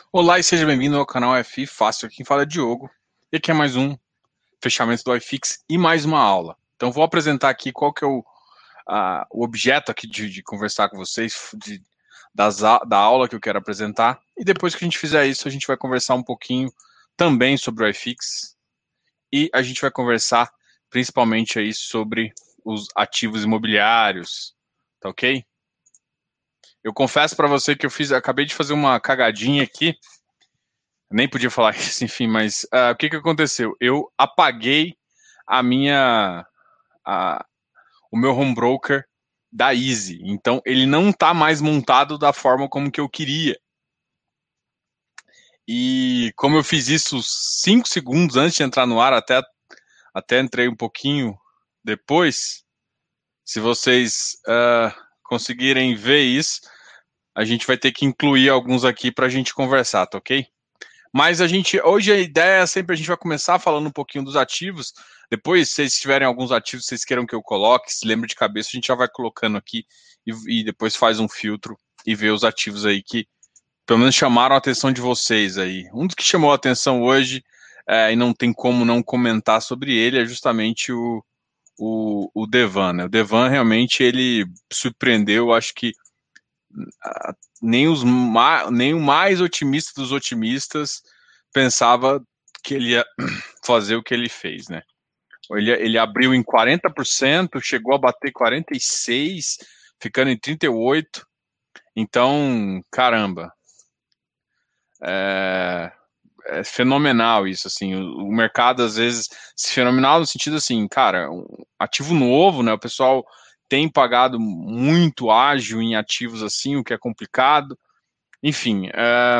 Olá e seja bem-vindo ao canal FI Fácil. Quem fala é Diogo. E aqui é mais um fechamento do iFix e mais uma aula. Então vou apresentar aqui qual que é o objeto aqui de conversar com vocês, da aula que eu quero apresentar. E depois que a gente fizer isso, a gente vai conversar um pouquinho também sobre o iFix e a gente vai conversar principalmente aí sobre os ativos imobiliários, tá ok? Eu confesso para você que acabei de fazer uma cagadinha aqui. Nem podia falar isso, enfim, mas o que aconteceu? Eu apaguei a minha, a- o meu home broker da Easy, então ele não está mais montado da forma como que eu queria. E como eu fiz isso 5 segundos antes de entrar no ar, até entrei um pouquinho depois, se vocês conseguirem ver isso, a gente vai ter que incluir alguns aqui para a gente conversar, tá ok? Mas hoje a ideia é sempre a gente vai começar falando um pouquinho dos ativos. Depois, se vocês tiverem alguns ativos que vocês queiram que eu coloque, se lembra de cabeça, a gente já vai colocando aqui e depois faz um filtro e vê os ativos aí que pelo menos chamaram a atenção de vocês aí. Um dos que chamou a atenção hoje, e não tem como não comentar sobre ele, é justamente o Devan, né? O Devan realmente ele surpreendeu, acho que nem o mais otimista dos otimistas pensava que ele ia fazer o que ele fez, né? Ele abriu em 40%, chegou a bater 46%, ficando em 38%. Então, caramba, é, é fenomenal isso, assim, o mercado às vezes, fenomenal no sentido assim, cara, um ativo novo, né, o pessoal tem pagado muito ágil em ativos assim, o que é complicado, enfim,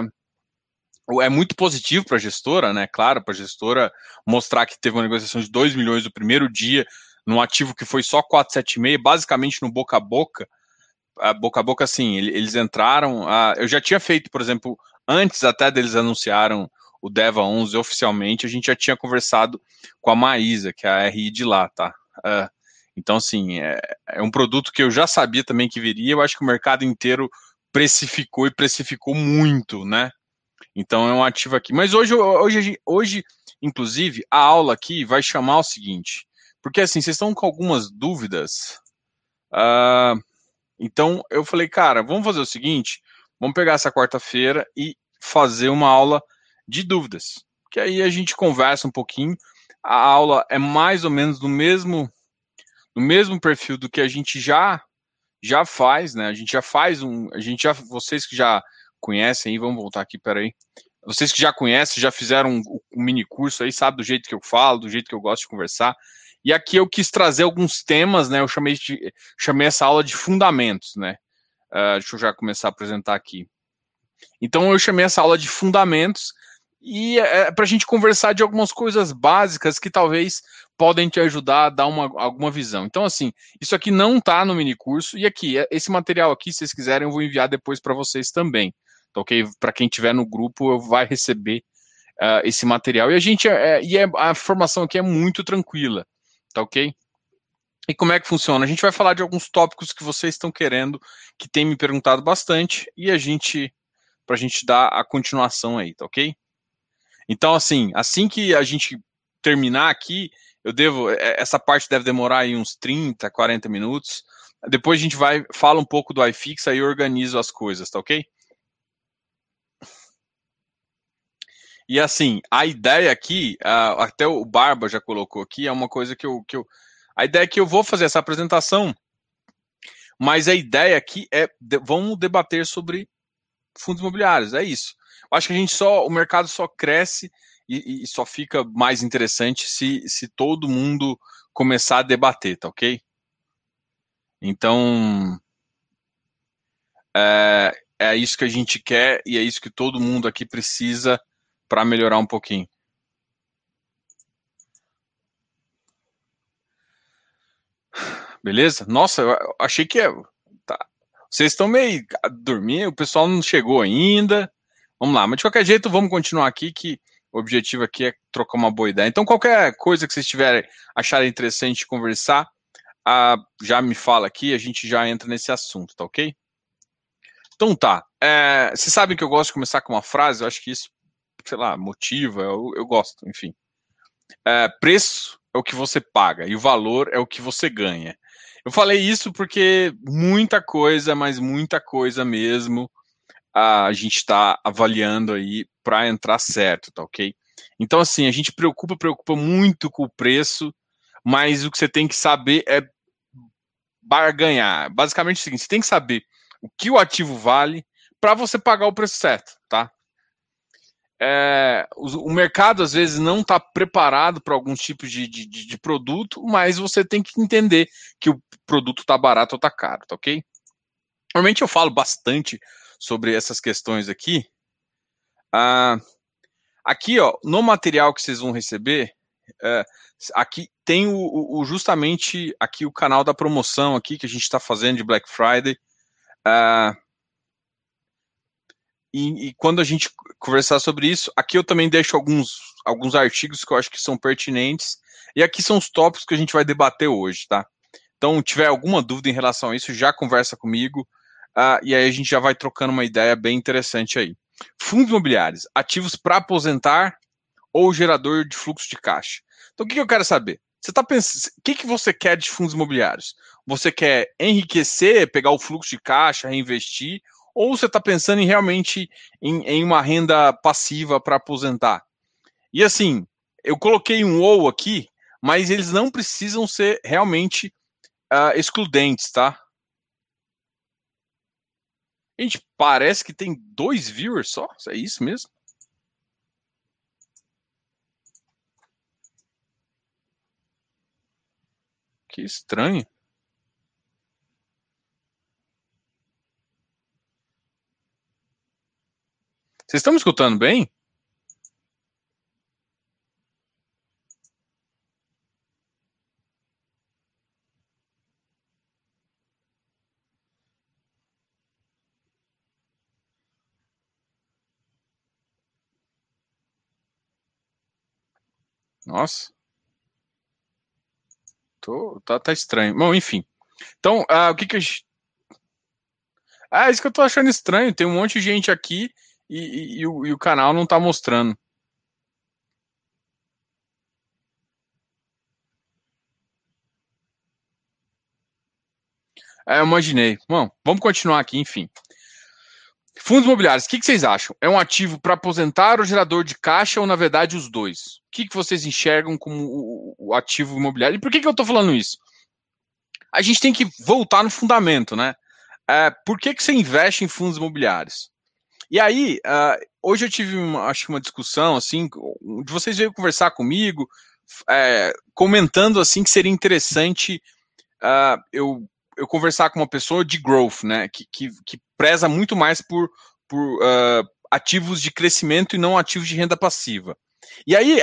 é muito positivo para a gestora, né? Claro, para a gestora mostrar que teve uma negociação de 2 milhões no primeiro dia, num ativo que foi só 4,76, basicamente no boca a boca. Boca a boca, assim, eles entraram. Eu já tinha feito, por exemplo, antes até deles anunciaram o Deva 11 oficialmente, a gente já tinha conversado com a Maísa, que é a RI de lá, tá? Então, assim, é um produto que eu já sabia também que viria, eu acho que o mercado inteiro precificou e precificou muito, né? Então é um ativo aqui. Mas hoje, inclusive, a aula aqui vai chamar o seguinte, porque assim, vocês estão com algumas dúvidas. ah, então eu falei, cara, vamos fazer o seguinte, vamos pegar essa quarta-feira e fazer uma aula de dúvidas. Que aí a gente conversa um pouquinho. A aula é mais ou menos do mesmo perfil do que a gente já faz, né? A gente já faz vocês que já conhecem aí, vamos voltar aqui, peraí. Vocês que já conhecem, já fizeram um mini curso aí, sabe do jeito que eu falo, do jeito que eu gosto de conversar. E aqui eu quis trazer alguns temas, né? Eu chamei essa aula de fundamentos, né? Deixa eu já começar a apresentar aqui. Então eu chamei essa aula de fundamentos e para a gente conversar de algumas coisas básicas que talvez podem te ajudar a dar alguma visão. Então, assim, isso aqui não está no mini curso, e aqui, esse material aqui, se vocês quiserem, eu vou enviar depois para vocês também. Tá ok? Para quem tiver no grupo, vai receber esse material. A formação aqui é muito tranquila, tá ok? E como é que funciona? A gente vai falar de alguns tópicos que vocês estão querendo, que tem me perguntado bastante, e para a gente dar a continuação aí, tá ok? Então, assim que a gente terminar aqui, essa parte deve demorar aí uns 30, 40 minutos. Depois a gente fala um pouco do iFix, aí eu organizo as coisas, tá ok? E assim, a ideia aqui, até o Barba já colocou aqui, é uma coisa a ideia é que eu vou fazer essa apresentação, mas a ideia aqui vamos debater sobre fundos imobiliários, é isso. Eu acho que o mercado só cresce e só fica mais interessante se todo mundo começar a debater, tá ok? Então, é isso que a gente quer e é isso que todo mundo aqui precisa para melhorar um pouquinho. Beleza? Nossa, eu achei que tá. Vocês estão meio dormindo, o pessoal não chegou ainda. Vamos lá, mas de qualquer jeito, vamos continuar aqui, que o objetivo aqui é trocar uma boa ideia. Então, qualquer coisa que vocês tiverem acharem interessante conversar, já me fala aqui, a gente já entra nesse assunto, tá ok? Então tá. Vocês sabem que eu gosto de começar com uma frase, eu acho que isso, sei lá, motiva, eu gosto, enfim. Preço é o que você paga e o valor é o que você ganha. Eu falei isso porque muita coisa, mas muita coisa mesmo, a gente está avaliando aí para entrar certo, tá ok? Então, assim, a gente preocupa muito com o preço, mas o que você tem que saber é barganhar. Basicamente é o seguinte, você tem que saber o que o ativo vale para você pagar o preço certo, tá? O mercado às vezes não está preparado para alguns tipos de produto, mas você tem que entender que o produto está barato ou está caro, tá ok? Normalmente eu falo bastante sobre essas questões aqui. Ah, aqui, ó, no material que vocês vão receber, é, aqui tem justamente aqui o canal da promoção aqui que a gente está fazendo de Black Friday. Ah, e quando a gente conversar sobre isso, aqui eu também deixo alguns artigos que eu acho que são pertinentes. E aqui são os tópicos que a gente vai debater hoje, tá? Então, tiver alguma dúvida em relação a isso, já conversa comigo. E aí a gente já vai trocando uma ideia bem interessante aí. Fundos imobiliários, ativos para aposentar ou gerador de fluxo de caixa. Então, o que eu quero saber? Você está pensando, o que você quer de fundos imobiliários? Você quer enriquecer, pegar o fluxo de caixa, reinvestir, ou você está pensando realmente em uma renda passiva para aposentar? E assim, eu coloquei um ou aqui, mas eles não precisam ser realmente excludentes, tá? Gente, parece que tem 2 viewers só, é isso mesmo? Que estranho. Vocês estão me escutando bem? Nossa, tá estranho. Bom, enfim. Então, o que que a gente... isso que eu tô achando estranho. Tem um monte de gente aqui e o canal não tá mostrando. Eu imaginei. Bom, vamos continuar aqui, enfim. Fundos imobiliários, o que vocês acham? É um ativo para aposentar ou gerador de caixa ou, na verdade, os dois? O que vocês enxergam como o ativo imobiliário? E por que eu estou falando isso? A gente tem que voltar no fundamento, né? Por que você investe em fundos imobiliários? E aí, hoje eu tive, acho que uma discussão, assim, de vocês veio conversar comigo, comentando, assim, que seria interessante eu conversar com uma pessoa de growth, né, que preza muito mais por ativos de crescimento e não ativos de renda passiva. E aí,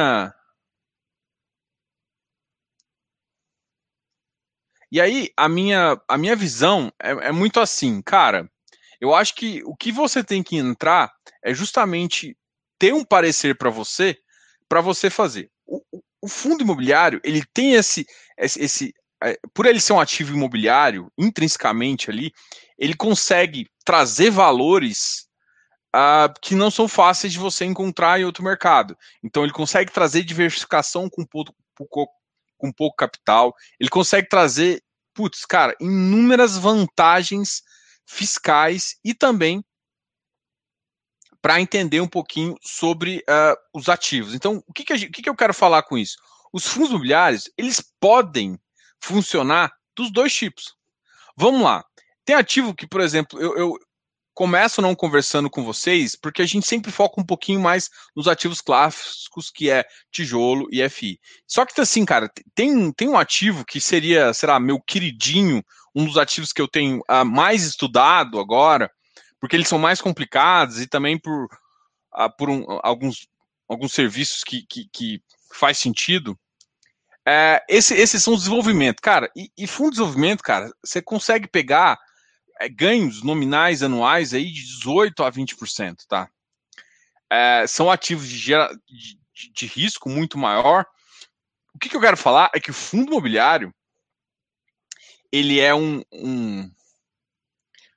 a minha visão é muito assim, cara. Eu acho que o que você tem que entrar é justamente ter um parecer para você fazer. O fundo imobiliário, ele tem por ele ser um ativo imobiliário, intrinsecamente ali, ele consegue trazer valores que não são fáceis de você encontrar em outro mercado. Então, ele consegue trazer diversificação com pouco capital, ele consegue trazer, putz, cara, inúmeras vantagens fiscais e também para entender um pouquinho sobre os ativos. Então, o que eu quero falar com isso? Os fundos imobiliários, eles podem funcionar dos dois tipos. Vamos lá. Tem ativo que, por exemplo, eu começo não conversando com vocês, porque a gente sempre foca um pouquinho mais nos ativos clássicos, que é tijolo e FI. Só que, assim, cara, tem um ativo que seria, será, meu queridinho, um dos ativos que eu tenho mais estudado agora, porque eles são mais complicados e também por alguns serviços que faz sentido. Esses são os desenvolvimentos, cara. E fundo de desenvolvimento, cara, você consegue pegar ganhos nominais anuais aí de 18 a 20%, tá? São ativos de risco muito maior. O que eu quero falar é que o fundo imobiliário ele é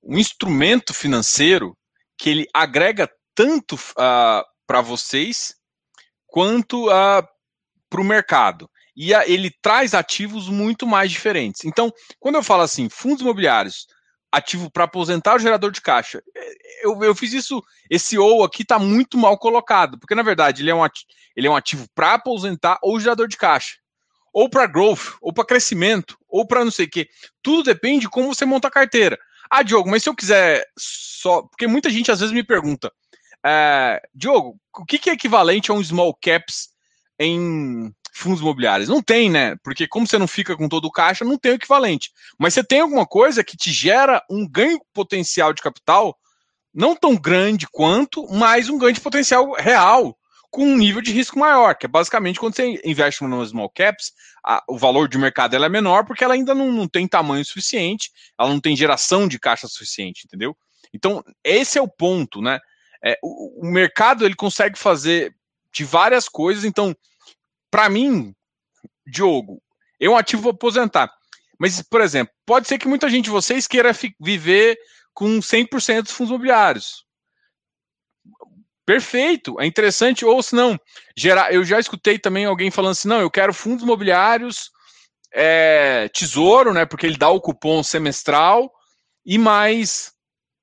um instrumento financeiro que ele agrega tanto para vocês quanto para o mercado. E ele traz ativos muito mais diferentes. Então, quando eu falo assim, fundos imobiliários, ativo para aposentar o gerador de caixa, eu fiz isso, esse ou aqui está muito mal colocado, porque na verdade ele é um ativo para aposentar ou gerador de caixa, ou para growth, ou para crescimento, ou para não sei o quê. Tudo depende de como você monta a carteira. Ah, Diogo, mas se eu quiser só... Porque muita gente às vezes me pergunta, Diogo, o que é equivalente a um small caps em fundos imobiliários? Não tem, né? Porque como você não fica com todo o caixa, não tem o equivalente. Mas você tem alguma coisa que te gera um ganho potencial de capital, não tão grande quanto, mas um ganho de potencial real, com um nível de risco maior, que é basicamente quando você investe no small caps, o valor de mercado ela é menor porque ela ainda não tem tamanho suficiente, ela não tem geração de caixa suficiente, entendeu? Então, esse é o ponto, né? O mercado ele consegue fazer de várias coisas. Então, para mim, Diogo, é um ativo para aposentar. Mas, por exemplo, pode ser que muita gente de vocês queira viver com 100% dos fundos imobiliários. Perfeito, é interessante. Ou se não, eu já escutei também alguém falando assim, não, eu quero fundos imobiliários, tesouro, né, porque ele dá o cupom semestral, e mais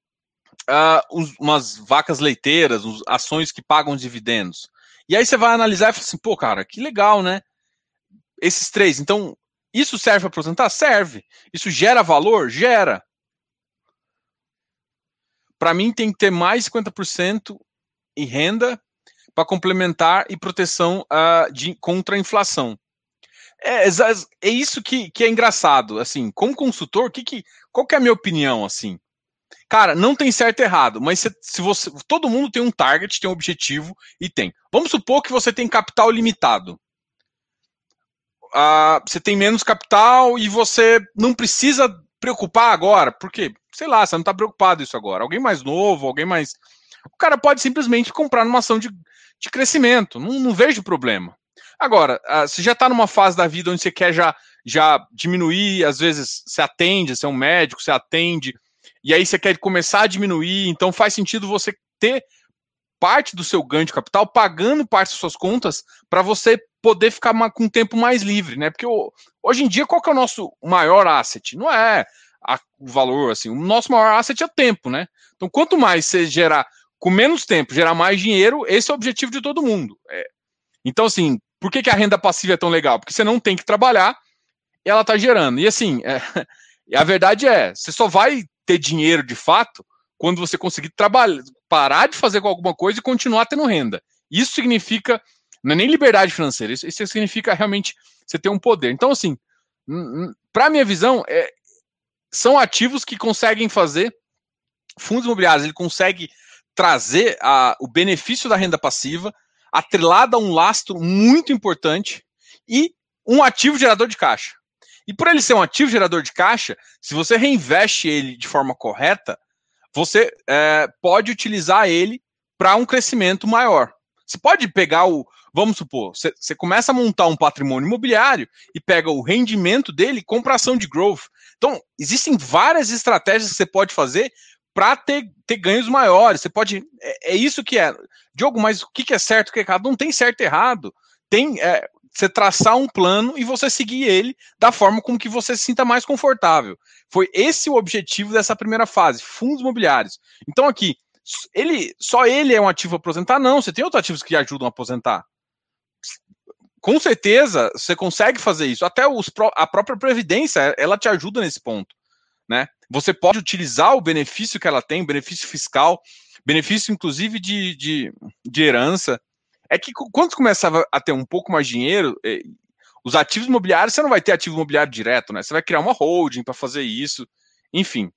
umas vacas leiteiras, ações que pagam dividendos. E aí você vai analisar e fala assim, pô, cara, que legal, né? Esses três. Então, isso serve para aposentar? Serve. Isso gera valor? Gera. Para mim, tem que ter mais 50% em renda para complementar e proteção contra a inflação. É isso que é engraçado. Assim, como consultor, qual que é a minha opinião? Assim, cara, não tem certo e errado, mas se você, todo mundo tem um target, tem um objetivo e tem. Vamos supor que você tem capital limitado. Você tem menos capital e você não precisa preocupar agora, porque, sei lá, você não está preocupado isso agora. Alguém mais novo, alguém mais. O cara pode simplesmente comprar numa ação de crescimento. Não vejo problema. Agora, você já está numa fase da vida onde você quer já diminuir, às vezes você atende, você é um médico, você atende, e aí você quer começar a diminuir, então faz sentido você ter parte do seu ganho de capital pagando parte das suas contas para você poder ficar com um tempo mais livre, né? Porque hoje em dia, qual que é o nosso maior asset? Não é o valor, assim, o nosso maior asset é o tempo, né? Então, quanto mais você gerar, com menos tempo, gerar mais dinheiro, esse é o objetivo de todo mundo. Então, assim, por que a renda passiva é tão legal? Porque você não tem que trabalhar e ela está gerando. E assim, a verdade você só vai ter dinheiro de fato quando você conseguir trabalhar, parar de fazer alguma coisa e continuar tendo renda. Isso significa, não é nem liberdade financeira, isso significa realmente você ter um poder. Então, assim, para minha visão, são ativos que conseguem fazer, fundos imobiliários, ele consegue trazer o benefício da renda passiva, atrelado a um lastro muito importante e um ativo gerador de caixa. E por ele ser um ativo gerador de caixa, se você reinveste ele de forma correta, você pode utilizar ele para um crescimento maior. Você pode pegar vamos supor, você começa a montar um patrimônio imobiliário e pega o rendimento dele e compra ação de growth. Então, existem várias estratégias que você pode fazer para ter ganhos maiores. Você pode. É isso que é. Diogo, mas o que é certo e o que é errado? Não tem certo e errado. Tem você traçar um plano e você seguir ele da forma como que você se sinta mais confortável. Foi esse o objetivo dessa primeira fase, fundos imobiliários. Então aqui, só ele é um ativo a aposentar? Não, você tem outros ativos que ajudam a aposentar. Com certeza, você consegue fazer isso. Até a própria Previdência, ela te ajuda nesse ponto, né? Você pode utilizar o benefício que ela tem, benefício fiscal, benefício inclusive de herança. É que quando começava a ter um pouco mais de dinheiro, os ativos imobiliários, você não vai ter ativo imobiliário direto, né? Você vai criar uma holding para fazer isso, enfim.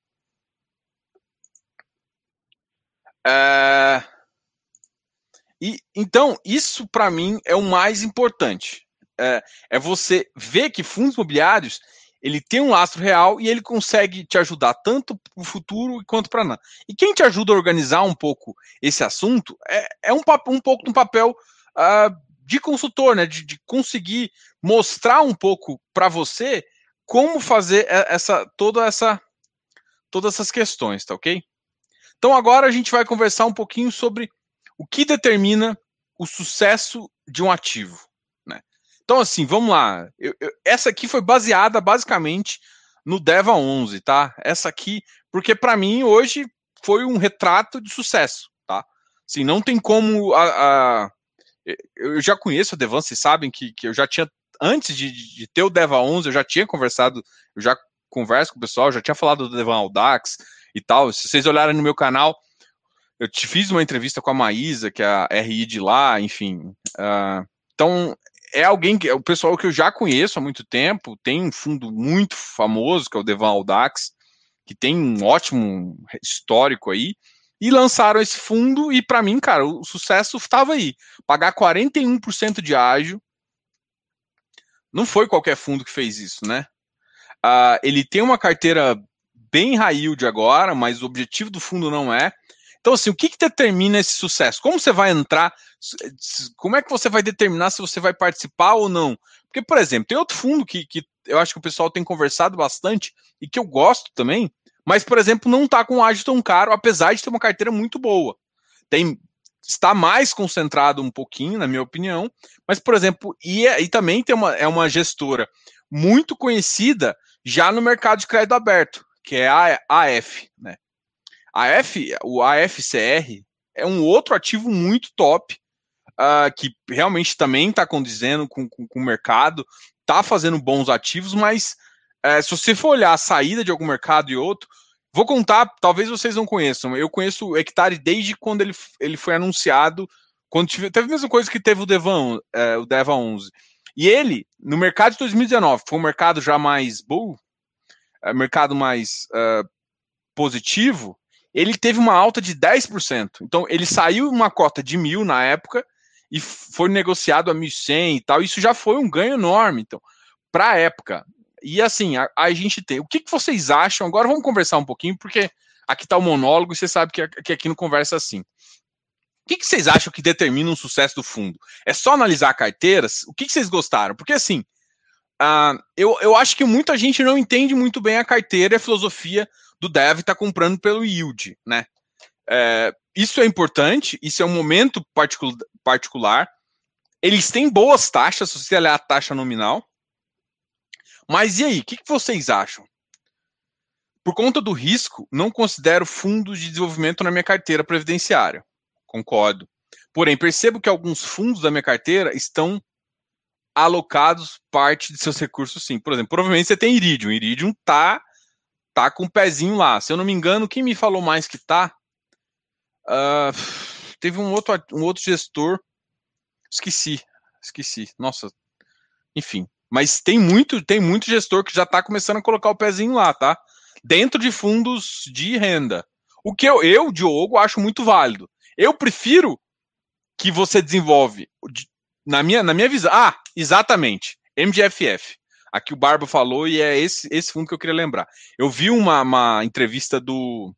Então, isso para mim é o mais importante. Você ver que fundos imobiliários ele tem um lastro real e ele consegue te ajudar tanto para o futuro quanto para nada. E quem te ajuda a organizar um pouco esse assunto é um pouco do papel de consultor, né? De conseguir mostrar um pouco para você como fazer todas essas questões, tá ok? Então agora a gente vai conversar um pouquinho sobre o que determina o sucesso de um ativo, né? Então assim, vamos lá. Essa aqui foi baseada basicamente no Deva 11, tá? Essa aqui, porque para mim hoje foi um retrato de sucesso, tá? Assim, não tem como eu já conheço a Devan, vocês sabem que eu já tinha, antes de ter o Deva 11, eu já tinha conversado, eu já converso com o pessoal, já tinha falado do Devan Audax e tal. Se vocês olharem no meu canal, eu te fiz uma entrevista com a Maísa, que é a RI de lá, enfim. Então, é alguém que é o pessoal que eu já conheço há muito tempo, tem um fundo muito famoso, que é o Devan Audax, que tem um ótimo histórico aí, e lançaram esse fundo, e para mim, cara, o sucesso estava aí. Pagar 41% de ágio, não foi qualquer fundo que fez isso, né? Ele tem uma carteira bem high yield agora, mas o objetivo do fundo não é. Então, assim, o que determina esse sucesso? Como você vai entrar? Como é que você vai determinar se você vai participar ou não? Porque, por exemplo, tem outro fundo que eu acho que o pessoal tem conversado bastante e que eu gosto também, mas, por exemplo, não está com ágio tão caro, apesar de ter uma carteira muito boa. Está mais concentrado um pouquinho, na minha opinião, mas, por exemplo, e também é uma gestora muito conhecida já no mercado de crédito aberto, que é a AF, né? O AFCR é um outro ativo muito top, que realmente também está condizendo com o mercado, está fazendo bons ativos, mas se você for olhar a saída de algum mercado e outro, vou contar, talvez vocês não conheçam, eu conheço o Hectare desde quando ele foi anunciado, quando teve a mesma coisa que teve o Deva 11. E ele, no mercado de 2019, foi um mercado já mais bull, mercado mais positivo, ele teve uma alta de 10%. Então, ele saiu uma cota de 1.000 na época e foi negociado a 1.100 e tal. Isso já foi um ganho enorme, então, para a época. E assim, a gente tem. O que vocês acham? Agora vamos conversar um pouquinho, porque aqui está o monólogo e você sabe que aqui não conversa assim. O que vocês acham que determina um sucesso do fundo? É só analisar carteiras? O que vocês gostaram? Porque assim, eu acho que muita gente não entende muito bem a carteira e a filosofia do Dev está comprando pelo yield, né? Isso é importante, isso é um momento particular. Eles têm boas taxas, se você olhar a taxa nominal. Mas e aí, o que vocês acham? Por conta do risco, não considero fundos de desenvolvimento na minha carteira previdenciária. Concordo. Porém, percebo que alguns fundos da minha carteira estão alocados parte de seus recursos, sim. Por exemplo, provavelmente você tem Iridium. Iridium tá com o pezinho lá. Se eu não me engano, quem me falou mais que tá? Teve um outro gestor. Esqueci. Nossa. Enfim. Mas tem muito gestor que já tá começando a colocar o pezinho lá, tá? Dentro de fundos de renda. O que eu, Diogo, acho muito válido. Eu prefiro que você desenvolve, na minha visão. Exatamente. MGFF. Aqui o Barba falou e é esse fundo que eu queria lembrar. Eu vi uma entrevista do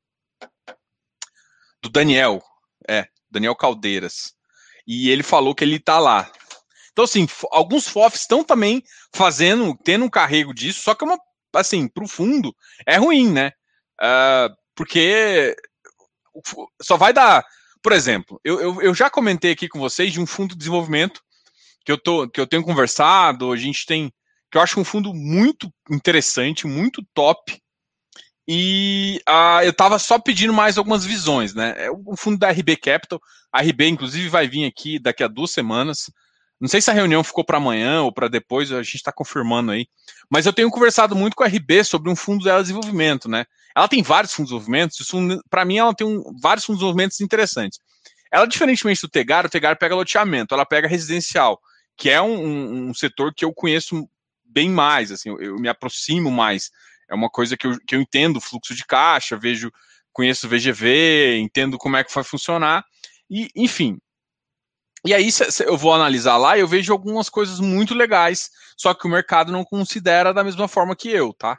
Daniel Caldeiras, e ele falou que ele tá lá. Então, assim, alguns FOFs estão também tendo um carrego disso, só que assim, pro fundo é ruim, né? Porque só vai dar. Por exemplo, eu já comentei aqui com vocês de um fundo de desenvolvimento que eu tenho conversado, a gente tem, que eu acho um fundo muito interessante, muito top, e eu estava só pedindo mais algumas visões, né? É o fundo da RB Capital, a RB inclusive vai vir aqui daqui a 2 semanas, não sei se a reunião ficou para amanhã ou para depois, a gente está confirmando aí, mas eu tenho conversado muito com a RB sobre um fundo dela de desenvolvimento, né? Ela tem vários fundos de desenvolvimento, para mim ela tem vários fundos de desenvolvimento interessantes. Ela, diferentemente do Tegar, o Tegar pega loteamento, ela pega residencial, que é um setor que eu conheço bem mais, assim, eu me aproximo mais. É uma coisa que eu entendo fluxo de caixa, conheço VGV, entendo como é que vai funcionar, e enfim. E aí eu vou analisar lá e eu vejo algumas coisas muito legais, só que o mercado não considera da mesma forma que eu, tá?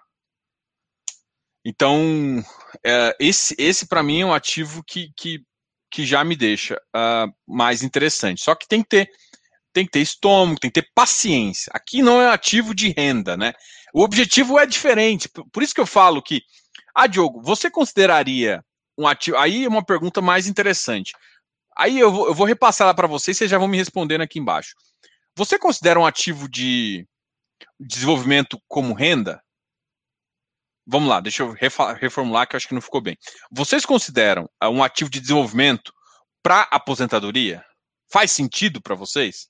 Então, esse para mim é um ativo que já me deixa mais interessante. Só que tem que ter estômago, tem que ter paciência. Aqui não é ativo de renda, né? O objetivo é diferente. Por isso que eu falo que Diogo, você consideraria um ativo... Aí é uma pergunta mais interessante. Aí eu vou repassar ela para vocês, vocês já vão me respondendo aqui embaixo. Você considera um ativo de desenvolvimento como renda? Vamos lá, deixa eu reformular que eu acho que não ficou bem. Vocês consideram um ativo de desenvolvimento para aposentadoria? Faz sentido para vocês?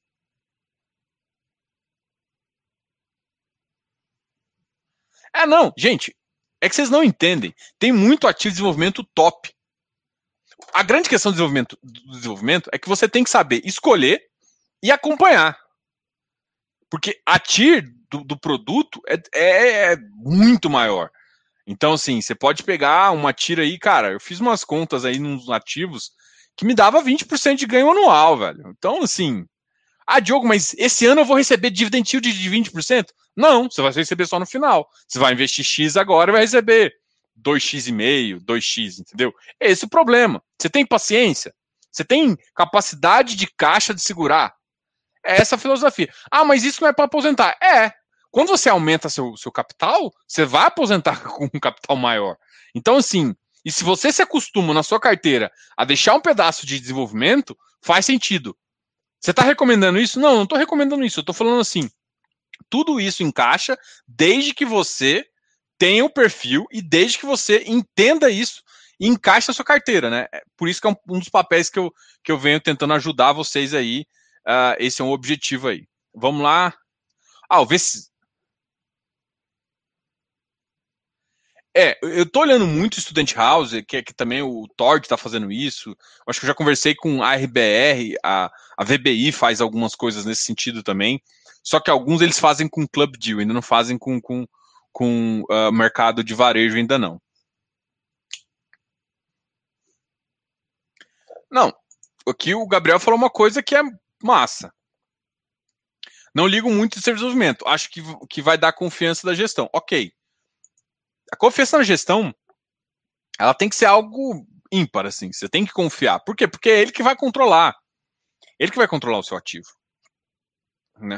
Não, gente, é que vocês não entendem. Tem muito ativo de desenvolvimento top. A grande questão do desenvolvimento é que você tem que saber escolher e acompanhar. Porque a TIR do produto é muito maior. Então, assim, você pode pegar uma TIR aí, cara, eu fiz umas contas aí nos ativos que me dava 20% de ganho anual, velho. Então, assim, Diogo, mas esse ano eu vou receber dividend yield de 20%? Não, você vai receber só no final. Você vai investir X agora e vai receber 2x e meio, 2x, entendeu? É esse o problema. Você tem paciência? Você tem capacidade de caixa de segurar? É essa a filosofia. Mas isso não é para aposentar. Quando você aumenta seu capital, você vai aposentar com um capital maior. Então, assim, e se você se acostuma na sua carteira a deixar um pedaço de desenvolvimento, faz sentido. Você está recomendando isso? Não estou recomendando isso. Eu estou falando assim, tudo isso encaixa desde que você tenha o perfil e desde que você entenda isso e encaixe na sua carteira, né? Por isso que é um dos papéis que eu venho tentando ajudar vocês aí. Esse é um objetivo aí. Vamos lá. O VC... eu tô olhando muito Student House, que também o Tord tá fazendo isso. Acho que eu já conversei com a RBR, a VBI faz algumas coisas nesse sentido também. Só que alguns eles fazem com Club Deal, ainda não fazem com mercado de varejo, ainda não. Não, aqui o Gabriel falou uma coisa que é massa. Não ligo muito de desenvolvimento. Acho que vai dar confiança da gestão. Ok. A confiança na gestão, ela tem que ser algo ímpar, assim. Você tem que confiar. Por quê? Porque é ele que vai controlar. Ele que vai controlar o seu ativo. Né?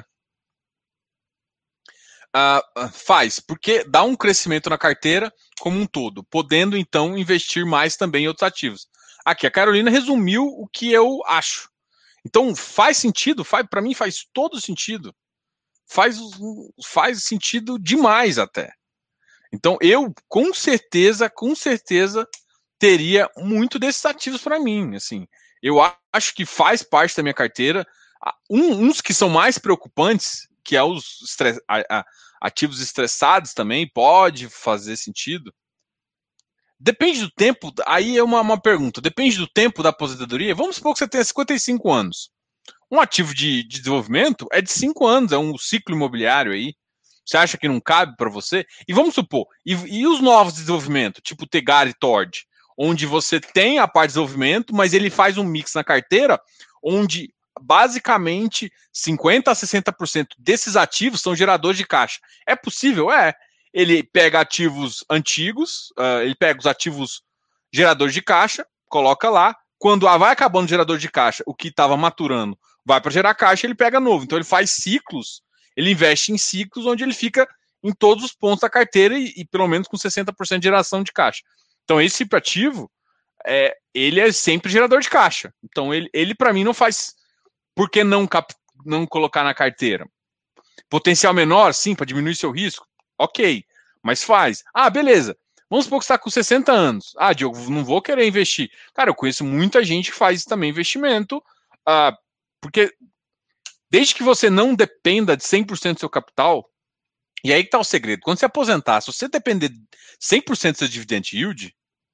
Faz, porque dá um crescimento na carteira como um todo, podendo, então, investir mais também em outros ativos. Aqui, a Carolina resumiu o que eu acho. Então, faz sentido? Para mim, faz todo sentido. Faz sentido demais até. Então, eu, com certeza, teria muito desses ativos para mim. Assim, eu acho que faz parte da minha carteira. Uns que são mais preocupantes, que é os ativos estressados também, pode fazer sentido. Depende do tempo, aí é uma pergunta. Depende do tempo da aposentadoria. Vamos supor que você tenha 55 anos. Um ativo de desenvolvimento é de 5 anos, é um ciclo imobiliário aí. Você acha que não cabe para você? E vamos supor, e os novos desenvolvimentos, tipo Tegar e Tord, onde você tem a parte de desenvolvimento, mas ele faz um mix na carteira, onde basicamente 50% a 60% desses ativos são geradores de caixa. É possível? Ele pega ativos antigos, ele pega os ativos geradores de caixa, coloca lá, quando vai acabando o gerador de caixa, o que estava maturando vai para gerar caixa, ele pega novo. Então ele faz ciclos, ele investe em ciclos onde ele fica em todos os pontos da carteira e pelo menos com 60% de geração de caixa. Então esse tipo ativo, ele é sempre gerador de caixa. Então ele para mim não faz... Por que não colocar na carteira? Potencial menor, sim, para diminuir seu risco? Ok, mas faz. Beleza. Vamos supor que você está com 60 anos. Diogo, não vou querer investir. Cara, eu conheço muita gente que faz também investimento, porque desde que você não dependa de 100% do seu capital, e aí que está o segredo. Quando você aposentar, se você depender 100% do seu dividend yield,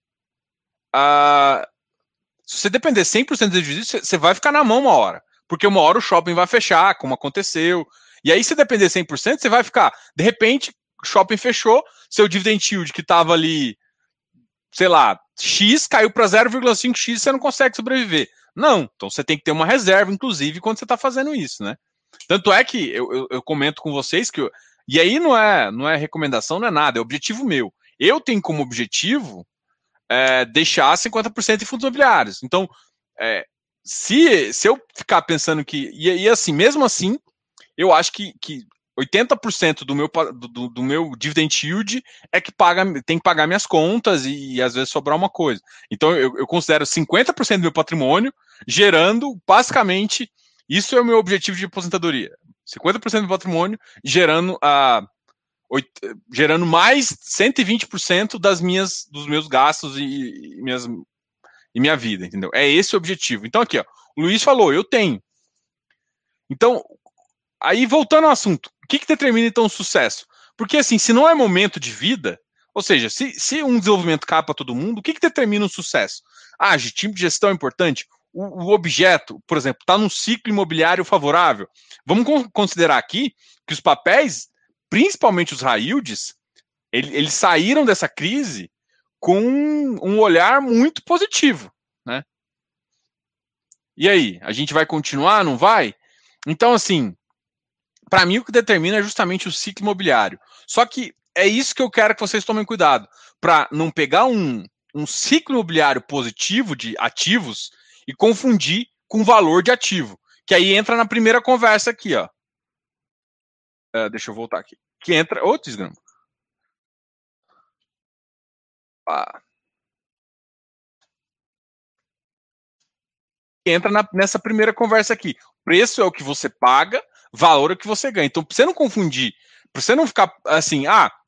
se você depender 100% do dividend yield, você vai ficar na mão uma hora. Porque uma hora o shopping vai fechar, como aconteceu. E aí, se depender 100%, você vai ficar... De repente, o shopping fechou, seu dividend yield que estava ali, sei lá, X, caiu para 0,5x, você não consegue sobreviver. Não, então você tem que ter uma reserva, inclusive, quando você está fazendo isso, né? Tanto é que eu comento com vocês que... E aí não é recomendação, não é nada, é objetivo meu. Eu tenho como objetivo deixar 50% em fundos imobiliários. Então, se eu ficar pensando que... E assim, mesmo assim, eu acho que 80% do meu dividend yield é que tem que pagar minhas contas e às vezes sobrar uma coisa. Então eu considero 50% do meu patrimônio gerando, basicamente, isso é o meu objetivo de aposentadoria. 50% do patrimônio gerando gerando mais 120% dos meus gastos e minha vida, entendeu? É esse o objetivo. Então aqui, ó, o Luiz falou, eu tenho. Então, aí voltando ao assunto, o que determina então o sucesso? Porque assim, se não é momento de vida, ou seja, se um desenvolvimento cai para todo mundo, o que determina o sucesso? Time de gestão é importante. O objeto, por exemplo, está num ciclo imobiliário favorável. Vamos considerar aqui que os papéis, principalmente os high yields, eles saíram dessa crise com um olhar muito positivo, né? E aí, a gente vai continuar, não vai? Então, assim, para mim o que determina é justamente o ciclo imobiliário. Só que é isso que eu quero que vocês tomem cuidado, para não pegar um ciclo imobiliário positivo de ativos e confundir com valor de ativo. Que aí entra na primeira conversa aqui, ó. Deixa eu voltar aqui. Que entra. Ô, desgrama. Entra nessa primeira conversa aqui. Preço é o que você paga, valor é o que você ganha. Então, para você não confundir, para você não ficar assim,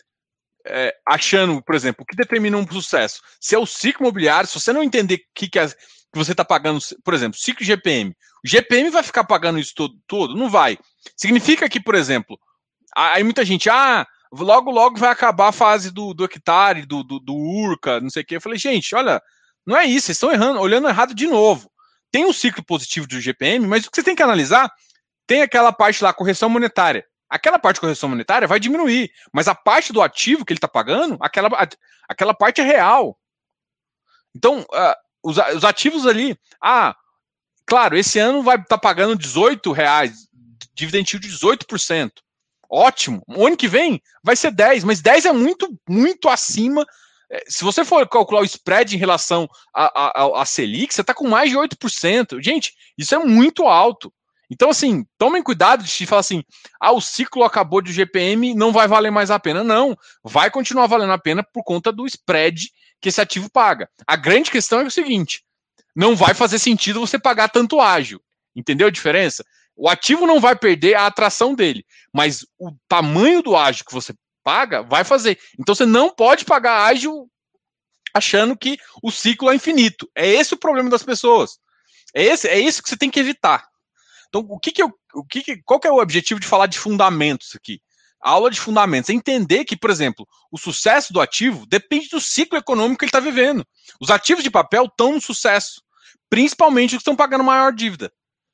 achando, por exemplo, o que determina um sucesso. Se é o ciclo imobiliário, se você não entender que você está pagando, por exemplo, ciclo GPM, o GPM vai ficar pagando isso todo? Não vai. Significa que, por exemplo, aí muita gente, logo vai acabar a fase do hectare, do Urca, não sei o quê. Eu falei, gente, olha, não é isso, vocês estão errando, olhando errado de novo. Tem um ciclo positivo do GPM, mas o que você tem que analisar, tem aquela parte lá, correção monetária. Aquela parte de correção monetária vai diminuir, mas a parte do ativo que ele está pagando, aquela parte é real. Então, os ativos ali, claro, esse ano vai estar pagando R$18, dividend yield de 18%. Ótimo. O ano que vem vai ser 10, mas 10 é muito, muito acima. Se você for calcular o spread em relação a Selic, você está com mais de 8%. Gente, isso é muito alto. Então, assim, tomem cuidado de falar assim, o ciclo acabou de GPM, não vai valer mais a pena. Não, vai continuar valendo a pena por conta do spread que esse ativo paga. A grande questão é o seguinte, não vai fazer sentido você pagar tanto ágio. Entendeu a diferença? O ativo não vai perder a atração dele, mas o tamanho do ágio que você paga vai fazer. Então você não pode pagar ágio achando que o ciclo é infinito. É esse o problema das pessoas. É isso que você tem que evitar. Então, qual que é o objetivo de falar de fundamentos aqui? A aula de fundamentos é entender que, por exemplo, o sucesso do ativo depende do ciclo econômico que ele está vivendo. Os ativos de papel estão no sucesso, principalmente os que estão pagando maior dívida.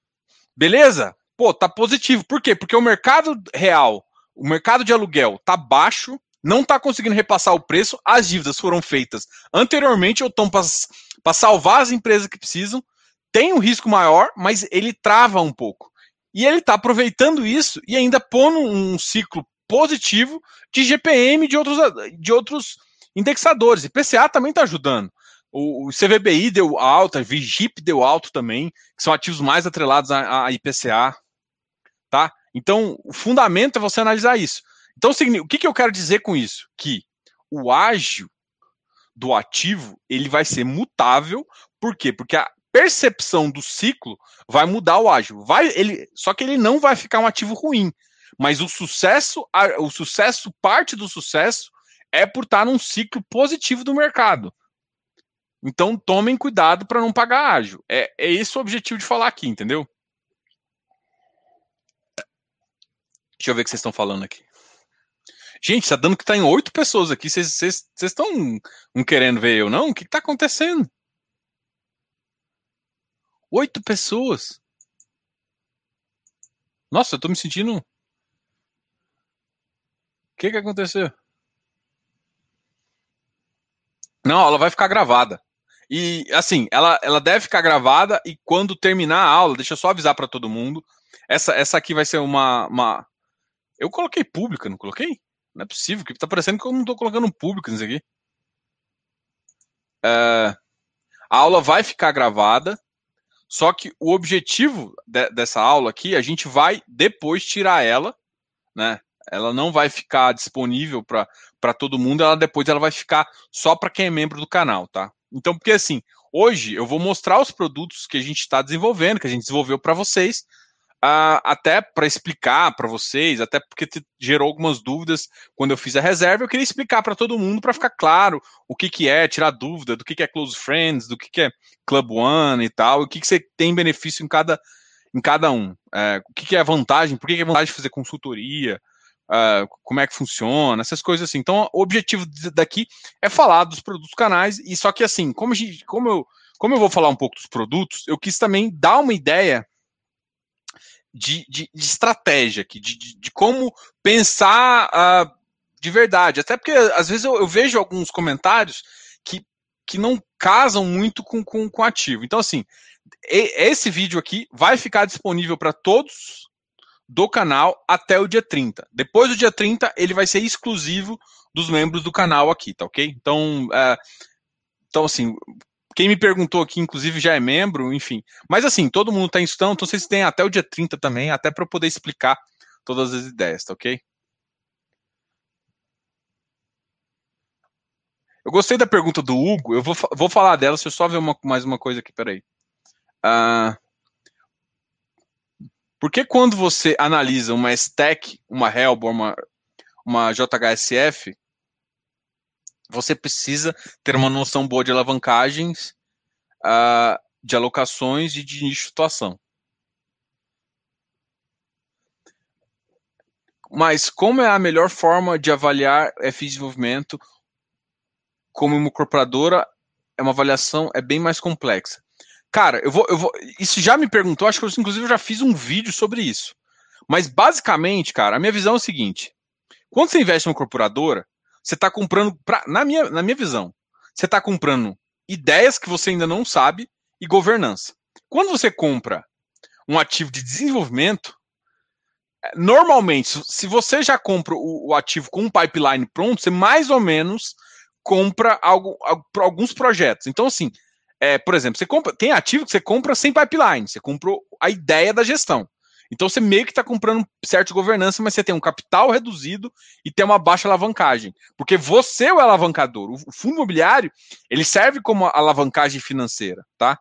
Beleza? Pô, tá positivo. Por quê? Porque o mercado real, o mercado de aluguel tá baixo, não tá conseguindo repassar o preço, as dívidas foram feitas anteriormente ou estão para salvar as empresas que precisam, tem um risco maior, mas ele trava um pouco. E ele está aproveitando isso e ainda pondo um ciclo positivo de GPM de outros indexadores. IPCA também está ajudando. O CVBI deu alta, VGIP deu alto também, que são ativos mais atrelados a IPCA. Tá? Então, o fundamento é você analisar isso. Então, o que eu quero dizer com isso? Que o ágio do ativo ele vai ser mutável. Por quê? Porque a percepção do ciclo vai mudar o ágio. Só que ele não vai ficar um ativo ruim. Mas o sucesso, parte do sucesso é por estar num ciclo positivo do mercado. Então, tomem cuidado para não pagar ágio. É esse o objetivo de falar aqui, entendeu? Deixa eu ver o que vocês estão falando aqui. Gente, tá dando que tá em 8 pessoas aqui. Vocês estão não querendo ver eu, não? O que tá acontecendo? 8 pessoas? Nossa, eu tô me sentindo... O que aconteceu? Não, ela vai ficar gravada. E, assim, ela deve ficar gravada e quando terminar a aula, deixa eu só avisar para todo mundo, essa aqui vai ser uma... Eu coloquei pública, não coloquei? Não é possível, que tá parecendo que eu não tô colocando público nisso aqui. A aula vai ficar gravada, só que o objetivo dessa aula aqui, a gente vai depois tirar ela, né? Ela não vai ficar disponível para todo mundo, depois ela vai ficar só para quem é membro do canal, tá? Então, porque assim, hoje eu vou mostrar os produtos que a gente está desenvolvendo, que a gente desenvolveu para vocês, até para explicar para vocês, até porque gerou algumas dúvidas quando eu fiz a reserva, eu queria explicar para todo mundo para ficar claro o que é, tirar dúvida do que é Close Friends, do que é Club One e tal, o que você tem benefício em cada um, o que é vantagem, por que é vantagem fazer consultoria, como é que funciona, essas coisas assim. Então, o objetivo daqui é falar dos produtos canais, e só que assim, como eu vou falar um pouco dos produtos, eu quis também dar uma ideia de estratégia aqui, de como pensar de verdade. Até porque, às vezes, eu vejo alguns comentários que não casam muito com ativo. Então, assim, esse vídeo aqui vai ficar disponível para todos do canal até o dia 30. Depois do dia 30, ele vai ser exclusivo dos membros do canal aqui, tá ok? Então, assim, quem me perguntou aqui, inclusive, já é membro, enfim. Mas assim, todo mundo está em instrução, então vocês têm até o dia 30 também, até para eu poder explicar todas as ideias, tá ok? Eu gostei da pergunta do Hugo, eu vou falar dela, se eu só ver mais uma coisa aqui, peraí. Porque quando você analisa uma stack, uma Helm, uma JHSF, você precisa ter uma noção boa de alavancagens, de alocações e de nicho de atuação. Mas como é a melhor forma de avaliar FI de desenvolvimento como uma incorporadora? É uma avaliação bem mais complexa. Cara, isso já me perguntou, acho que eu, inclusive, eu já fiz um vídeo sobre isso. Mas, basicamente, cara, a minha visão é o seguinte. Quando você investe em uma incorporadora, você está comprando, na minha visão, você está comprando ideias que você ainda não sabe e governança. Quando você compra um ativo de desenvolvimento, normalmente, se você já compra o ativo com um pipeline pronto, você mais ou menos compra alguns projetos. Então, assim, por exemplo, tem ativo que você compra sem pipeline, você comprou a ideia da gestão. Então, você meio que está comprando certa governança, mas você tem um capital reduzido e tem uma baixa alavancagem. Porque você é o alavancador. O fundo imobiliário, ele serve como alavancagem financeira, tá?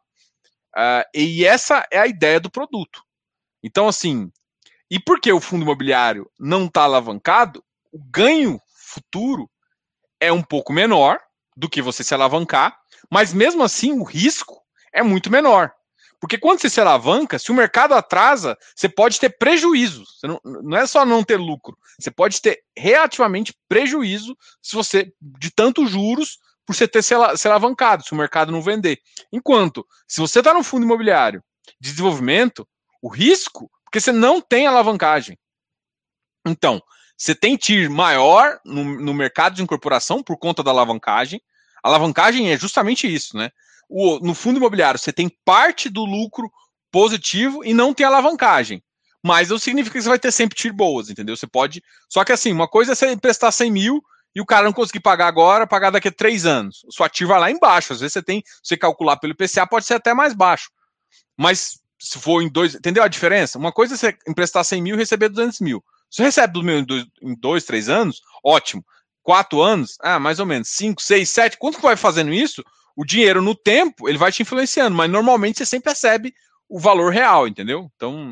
E essa é a ideia do produto. Então, assim, e porque o fundo imobiliário não está alavancado, o ganho futuro é um pouco menor do que você se alavancar, mas mesmo assim o risco é muito menor. Porque quando você se alavanca, se o mercado atrasa, você pode ter prejuízo. Você não é só não ter lucro, você pode ter relativamente prejuízo se você de tantos juros por você ter se alavancado, se o mercado não vender. Enquanto, se você está no fundo imobiliário de desenvolvimento, o risco, porque você não tem alavancagem. Então, você tem TIR maior no mercado de incorporação por conta da alavancagem. A alavancagem é justamente isso, né? No fundo imobiliário, você tem parte do lucro positivo e não tem alavancagem. Mas não significa que você vai ter sempre TIR boas, entendeu? Você pode. Só que assim, uma coisa é você emprestar 100 mil e o cara não conseguir pagar agora, pagar daqui a 3 anos. O seu ativo vai lá embaixo. Às vezes você calcular pelo IPCA, pode ser até mais baixo. Mas se for em 2. Entendeu a diferença? Uma coisa é você emprestar 100 mil e receber 200 mil. Se você recebe do meu em 2, 3 anos, ótimo. 4 anos, mais ou menos. 5, 6, 7. Quando você vai fazendo isso, o dinheiro no tempo, ele vai te influenciando, mas normalmente você sempre recebe o valor real, entendeu? Então,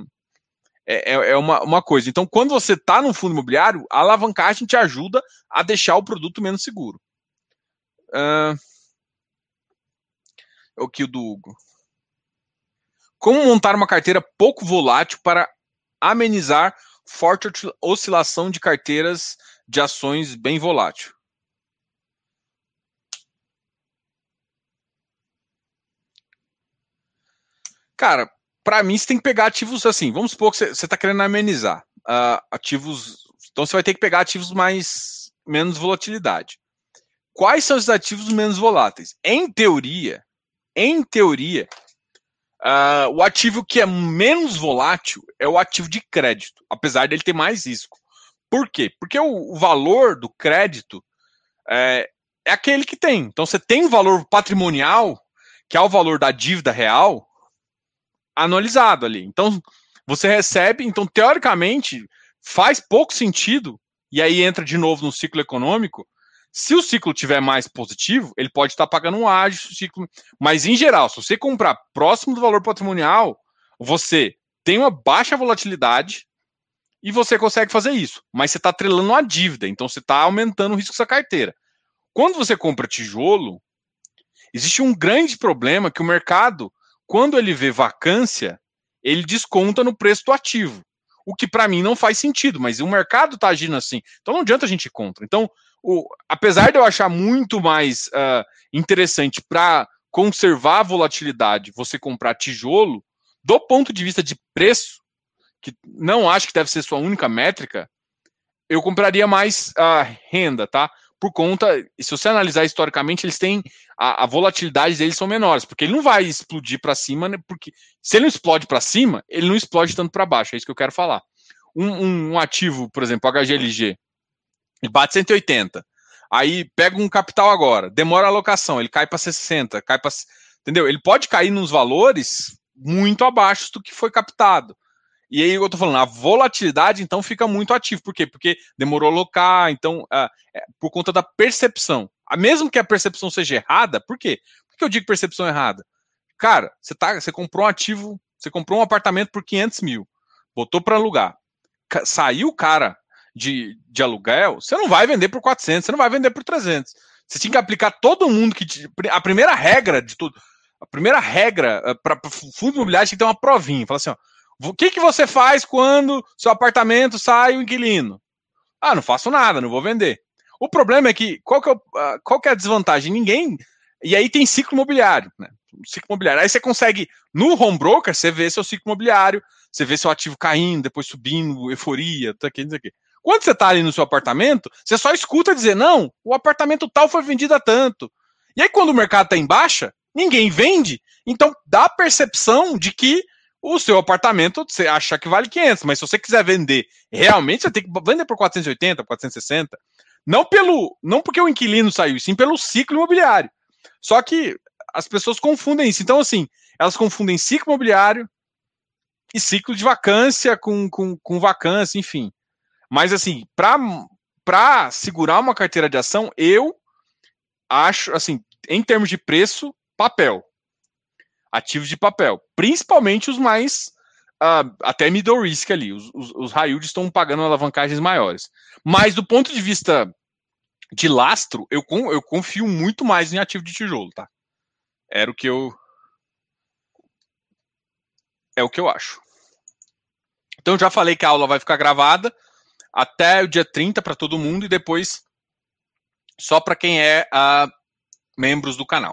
é uma coisa. Então, quando você está num fundo imobiliário, a alavancagem te ajuda a deixar o produto menos seguro. O que o do Hugo. Como montar uma carteira pouco volátil para amenizar forte oscilação de carteiras de ações bem volátil? Cara, para mim você tem que pegar ativos assim. Vamos supor que você está querendo amenizar ativos. Então você vai ter que pegar ativos menos volatilidade. Quais são os ativos menos voláteis? Em teoria, o ativo que é menos volátil é o ativo de crédito, apesar dele ter mais risco. Por quê? Porque o valor do crédito é aquele que tem. Então você tem um valor patrimonial, que é o valor da dívida real, anualizado ali. Então você recebe, então teoricamente faz pouco sentido, e aí entra de novo no ciclo econômico. Se o ciclo tiver mais positivo, ele pode estar pagando um ágio, ciclo, mas em geral, se você comprar próximo do valor patrimonial, você tem uma baixa volatilidade e você consegue fazer isso, mas você está atrelando a dívida, então você está aumentando o risco da sua carteira. Quando você compra tijolo, existe um grande problema que o mercado, quando ele vê vacância, ele desconta no preço do ativo. O que para mim não faz sentido, mas o mercado está agindo assim. Então não adianta a gente ir contra. Então, apesar de eu achar muito mais interessante para conservar a volatilidade você comprar tijolo, do ponto de vista de preço, que não acho que deve ser sua única métrica, eu compraria mais renda, tá? Por conta, se você analisar historicamente, eles têm a volatilidade deles são menores, porque ele não vai explodir para cima, né? Porque se ele não explode para cima, ele não explode tanto para baixo, é isso que eu quero falar. Um ativo, por exemplo, HGLG, ele bate 180, aí pega um capital agora, demora a alocação, ele cai para 60, cai para, entendeu? Ele pode cair nos valores muito abaixo do que foi captado. E aí eu tô falando, a volatilidade então fica muito ativo. Por quê? Porque demorou a alocar, então, por conta da percepção. Mesmo que a percepção seja errada, por quê? Por que eu digo percepção errada? Cara, você comprou um ativo, você comprou um apartamento por 500 mil, botou para alugar, saiu o cara de aluguel, você não vai vender por 400, você não vai vender por 300. Você tinha que aplicar todo mundo que... A primeira regra de tudo, a primeira regra para fundo imobiliário tinha que ter uma provinha. Fala assim, ó, o que você faz quando seu apartamento sai o inquilino? Ah, não faço nada, não vou vender. O problema é que, qual que é a desvantagem? Ninguém... E aí tem ciclo imobiliário, né? Ciclo imobiliário. Aí você consegue, no home broker, você vê seu ciclo imobiliário, você vê seu ativo caindo, depois subindo, euforia, tudo aqui, tudo aqui. Quando você está ali no seu apartamento, você só escuta dizer, não, o apartamento tal foi vendido a tanto. E aí quando o mercado está em baixa, ninguém vende, então dá a percepção de que o seu apartamento, você acha que vale 500, mas se você quiser vender, realmente você tem que vender por 480, 460. Não porque o inquilino saiu, sim pelo ciclo imobiliário. Só que as pessoas confundem isso. Então, assim, elas confundem ciclo imobiliário e ciclo de vacância com vacância, enfim. Mas, assim, para segurar uma carteira de ação, eu acho, assim, em termos de preço, papel. Ativos de papel. Principalmente os mais, até middle risk ali. Os high yield estão pagando alavancagens maiores. Mas, do ponto de vista de lastro, eu confio muito mais em ativo de tijolo, tá? É o que eu acho. Então, já falei que a aula vai ficar gravada até o dia 30 para todo mundo e depois só para quem é membros do canal.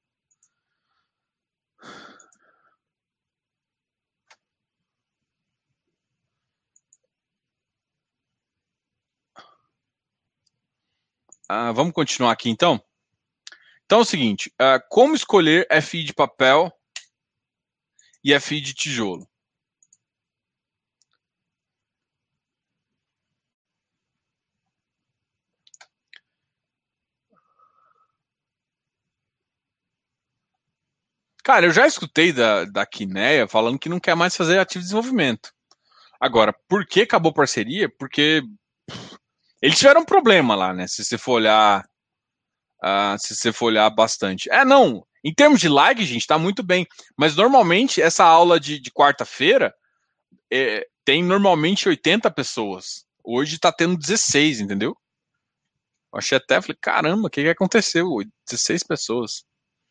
Vamos continuar aqui, então? Então é o seguinte, como escolher FI de papel e FI de tijolo? Cara, eu já escutei da Quineia falando que não quer mais fazer ativo de desenvolvimento. Agora, por que acabou parceria? Porque eles tiveram um problema lá, né? Se você for olhar, bastante. Não. Em termos de like, gente, tá muito bem. Mas normalmente essa aula de quarta-feira tem normalmente 80 pessoas. Hoje tá tendo 16, entendeu? Eu achei até, falei, caramba, o que aconteceu? 16 pessoas.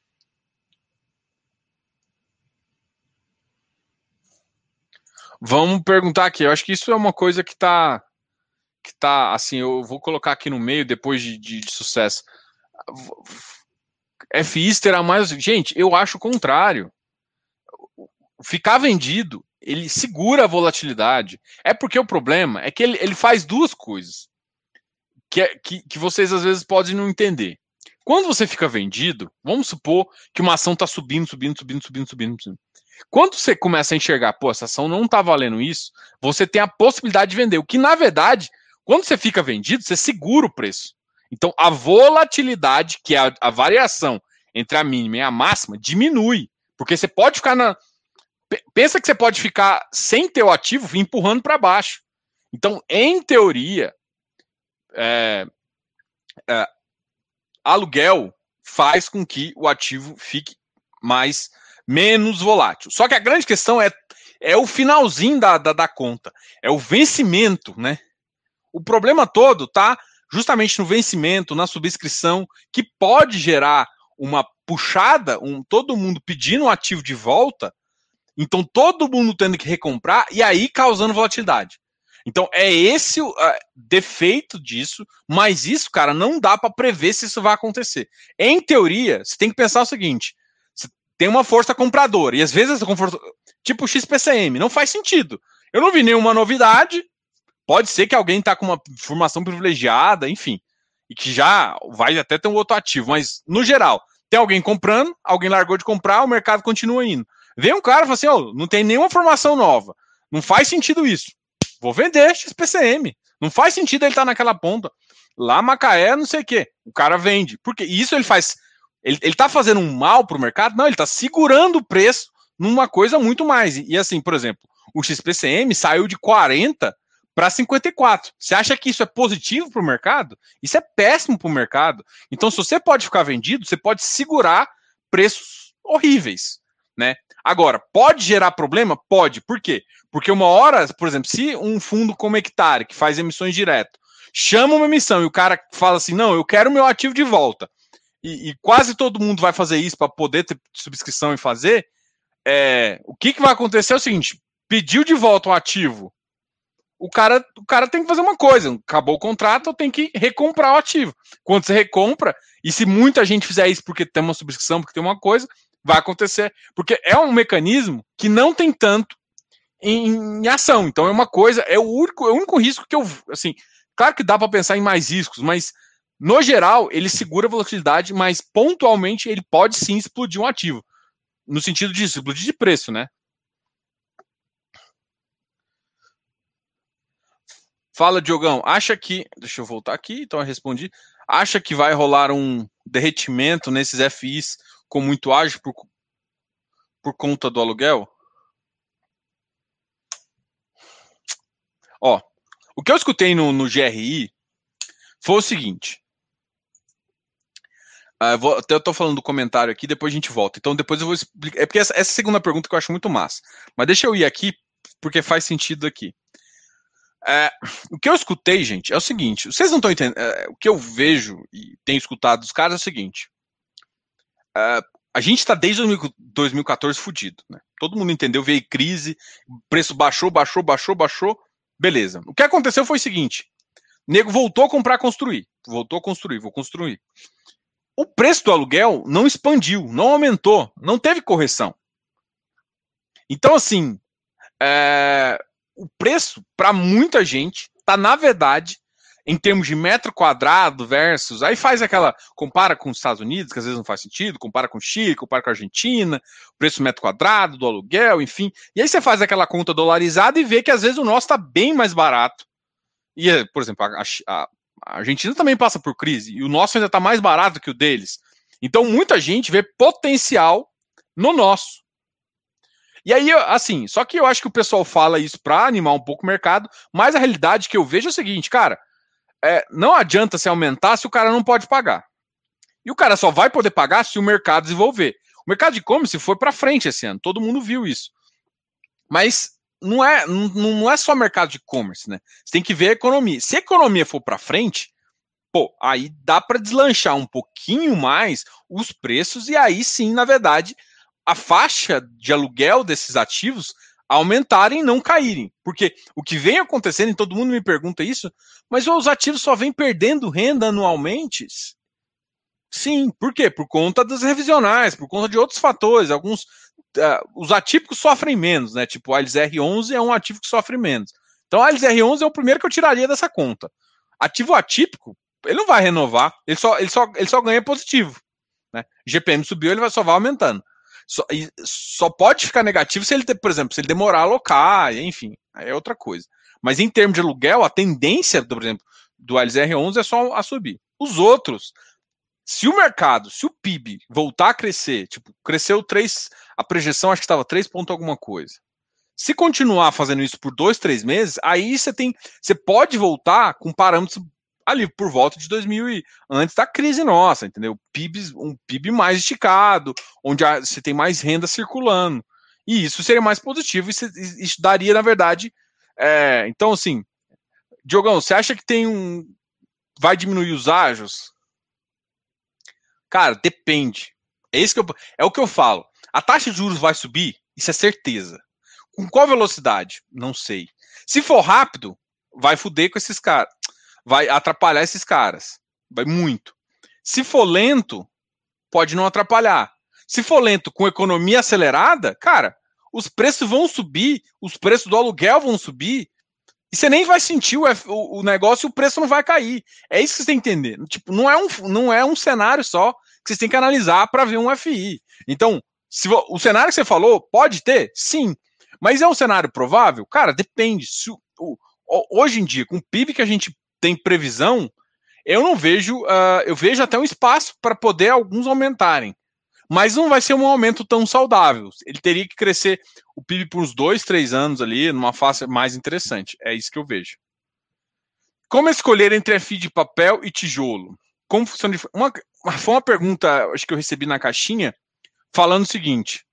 Vamos perguntar aqui. Eu acho que isso é uma coisa que tá, assim, eu vou colocar aqui no meio depois de sucesso. FIs terá mais. Gente, eu acho o contrário. Ficar vendido, ele segura a volatilidade. É porque o problema é que ele faz duas coisas que vocês às vezes podem não entender. Quando você fica vendido, vamos supor que uma ação está subindo. Quando você começa a enxergar, pô, essa ação não está valendo isso, você tem a possibilidade de vender. O que, na verdade, quando você fica vendido, você segura o preço. Então, a volatilidade, que é a variação entre a mínima e a máxima, diminui. Porque você pode ficar Pensa que você pode ficar sem ter o ativo empurrando para baixo. Então, em teoria, aluguel faz com que o ativo fique menos volátil. Só que a grande questão é o finalzinho da conta, é o vencimento, né? O problema todo está justamente no vencimento, na subscrição, que pode gerar uma puxada, todo mundo pedindo o ativo de volta, então todo mundo tendo que recomprar e aí causando volatilidade. Então é esse o defeito disso, mas isso, cara, não dá para prever se isso vai acontecer. Em teoria, você tem que pensar o seguinte: você tem uma força compradora e às vezes essa força, tipo o XPCM, não faz sentido. Eu não vi nenhuma novidade. Pode ser que alguém está com uma formação privilegiada, enfim, e que já vai até ter um outro ativo, mas no geral, tem alguém comprando, alguém largou de comprar, o mercado continua indo. Vem um cara e fala assim: oh, não tem nenhuma formação nova, não faz sentido isso. Vou vender XPCM. Não faz sentido ele estar naquela ponta. Lá Macaé, não sei o quê. O cara vende. Porque isso ele faz. Ele está fazendo um mal para o mercado? Não, ele está segurando o preço numa coisa muito mais. E assim, por exemplo, o XPCM saiu de 40 para 54. Você acha que isso é positivo para o mercado? Isso é péssimo para o mercado. Então, se você pode ficar vendido, você pode segurar preços horríveis, né? Agora, pode gerar problema? Pode. Por quê? Porque uma hora, por exemplo, se um fundo como Hectare, que faz emissões direto, chama uma emissão e o cara fala assim: não, eu quero meu ativo de volta, e quase todo mundo vai fazer isso para poder ter subscrição e fazer, o que vai acontecer é o seguinte: pediu de volta um ativo, o cara tem que fazer uma coisa: acabou o contrato, tem que recomprar o ativo. Quando você recompra, e se muita gente fizer isso porque tem uma subscrição, porque tem uma coisa, vai acontecer, porque é um mecanismo que não tem tanto em ação. Então é uma coisa, é o único risco que eu, assim, claro que dá para pensar em mais riscos, mas no geral ele segura a volatilidade, mas pontualmente ele pode sim explodir um ativo, no sentido de explodir de preço, né? Fala, Diogão, acha que, deixa eu voltar aqui, então eu respondi, acha que vai rolar um derretimento nesses FIs com muito ágio por conta do aluguel? Ó, o que eu escutei no GRI foi o seguinte. Eu tô falando do comentário aqui, depois a gente volta. Então depois eu vou explicar. É porque essa segunda pergunta que eu acho muito massa. Mas deixa eu ir aqui, porque faz sentido aqui. O que eu escutei, gente, é o seguinte. Vocês não estão entendendo. O que eu vejo e tenho escutado dos caras é o seguinte. A gente está desde 2014 fudido, né? Todo mundo entendeu, veio crise, o preço baixou. Beleza. O que aconteceu foi o seguinte: o nego voltou a comprar, construir. Voltou a construir, vou construir. O preço do aluguel não expandiu, não aumentou, não teve correção. Então, assim, o preço, para muita gente, está, na verdade, em termos de metro quadrado versus. Aí faz aquela. Compara com os Estados Unidos, que às vezes não faz sentido, compara com o Chile, compara com a Argentina, preço metro quadrado do aluguel, enfim. E aí você faz aquela conta dolarizada e vê que às vezes o nosso está bem mais barato. E, por exemplo, a Argentina também passa por crise, e o nosso ainda está mais barato que o deles. Então, muita gente vê potencial no nosso. E aí, assim, só que eu acho que o pessoal fala isso para animar um pouco o mercado, mas a realidade que eu vejo é o seguinte, cara, não adianta se aumentar se o cara não pode pagar. E o cara só vai poder pagar se o mercado desenvolver. O mercado de e-commerce foi para frente esse ano, todo mundo viu isso. Mas não é só mercado de e-commerce, né? Você tem que ver a economia. Se a economia for para frente, pô, aí dá para deslanchar um pouquinho mais os preços e aí sim, na verdade, a faixa de aluguel desses ativos aumentarem e não caírem. Porque o que vem acontecendo, e todo mundo me pergunta isso, mas os ativos só vêm perdendo renda anualmente? Sim, por quê? Por conta das revisionais, por conta de outros fatores. Alguns, os atípicos sofrem menos, né? Tipo, o ALSR11 é um ativo que sofre menos. Então, o ALSR11 é o primeiro que eu tiraria dessa conta. Ativo atípico, ele não vai renovar, ele só ganha positivo. Né? GPM subiu, ele só vai aumentando. Só pode ficar negativo se ele, por exemplo, se ele demorar a alocar, enfim, aí é outra coisa. Mas em termos de aluguel, a tendência, por exemplo, do ALSR11 é só a subir. Os outros, se o mercado, se o PIB voltar a crescer, tipo, cresceu 3, a projeção acho que estava 3 ponto alguma coisa. Se continuar fazendo isso por 2, 3 meses, aí você pode voltar com parâmetros ali por volta de 2000 antes da crise nossa, entendeu? Um PIB mais esticado, onde você tem mais renda circulando. E isso seria mais positivo, e isso daria, na verdade. Então, assim, Diogão, você acha que vai diminuir os ágios? Cara, depende. É o que eu falo. A taxa de juros vai subir? Isso é certeza. Com qual velocidade? Não sei. Se for rápido, vai foder com esses caras. Vai atrapalhar esses caras. Vai muito. Se for lento, pode não atrapalhar. Se for lento com economia acelerada, cara, os preços vão subir, os preços do aluguel vão subir, e você nem vai sentir o negócio e o preço não vai cair. É isso que você tem que entender. Tipo, não é um cenário só que vocês têm que analisar para ver um FI. Então, o cenário que você falou pode ter? Sim. Mas é um cenário provável? Cara, depende. Hoje em dia, com o PIB que a gente tem previsão, eu não vejo. Eu vejo até um espaço para poder alguns aumentarem. Mas não vai ser um aumento tão saudável. Ele teria que crescer o PIB por uns 2, 3 anos ali, numa fase mais interessante. É isso que eu vejo. Como escolher entre FI de papel e tijolo? Como funciona? Foi uma pergunta, acho que eu recebi na caixinha, falando o seguinte.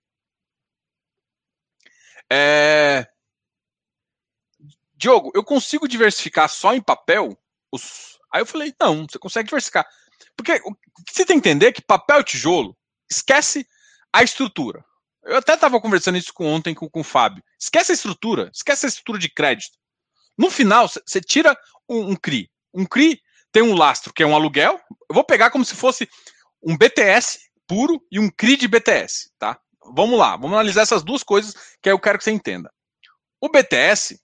Diogo, eu consigo diversificar só em papel? Aí eu falei, não, você consegue diversificar. Porque o que você tem que entender é que papel e tijolo, esquece a estrutura. Eu até estava conversando isso ontem com o Fábio. Esquece a estrutura de crédito. No final, você tira um CRI. Um CRI tem um lastro, que é um aluguel. Eu vou pegar como se fosse um BTS puro e um CRI de BTS, tá? Vamos lá, vamos analisar essas duas coisas que eu quero que você entenda. O BTS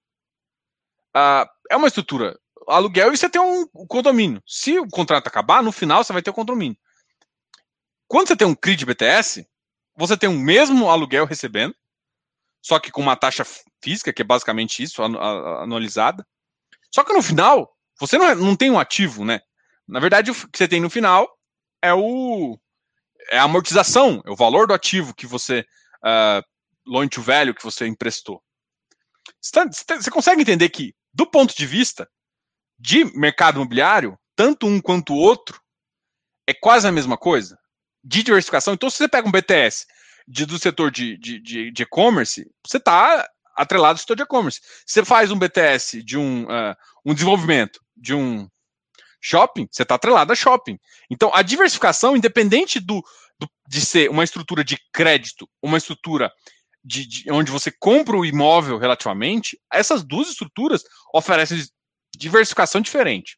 é uma estrutura aluguel e você tem um condomínio. Se o contrato acabar, no final você vai ter o condomínio. Quando você tem um CRI de BTS, você tem o mesmo aluguel recebendo, só que com uma taxa física, que é basicamente isso, anualizada. Só que no final, você não tem um ativo, né? Na verdade, o que você tem no final é a amortização, é o valor do ativo que você, loan to value, que você emprestou. Você consegue entender que, do ponto de vista de mercado imobiliário, tanto um quanto o outro é quase a mesma coisa? De diversificação. Então, se você pega um BTS do setor de e-commerce, você está atrelado ao setor de e-commerce. Você faz um BTS de um desenvolvimento de um shopping, você está atrelado a shopping. Então, a diversificação, independente de ser uma estrutura de crédito, uma estrutura onde você compra o imóvel relativamente, essas duas estruturas oferecem diversificação diferente.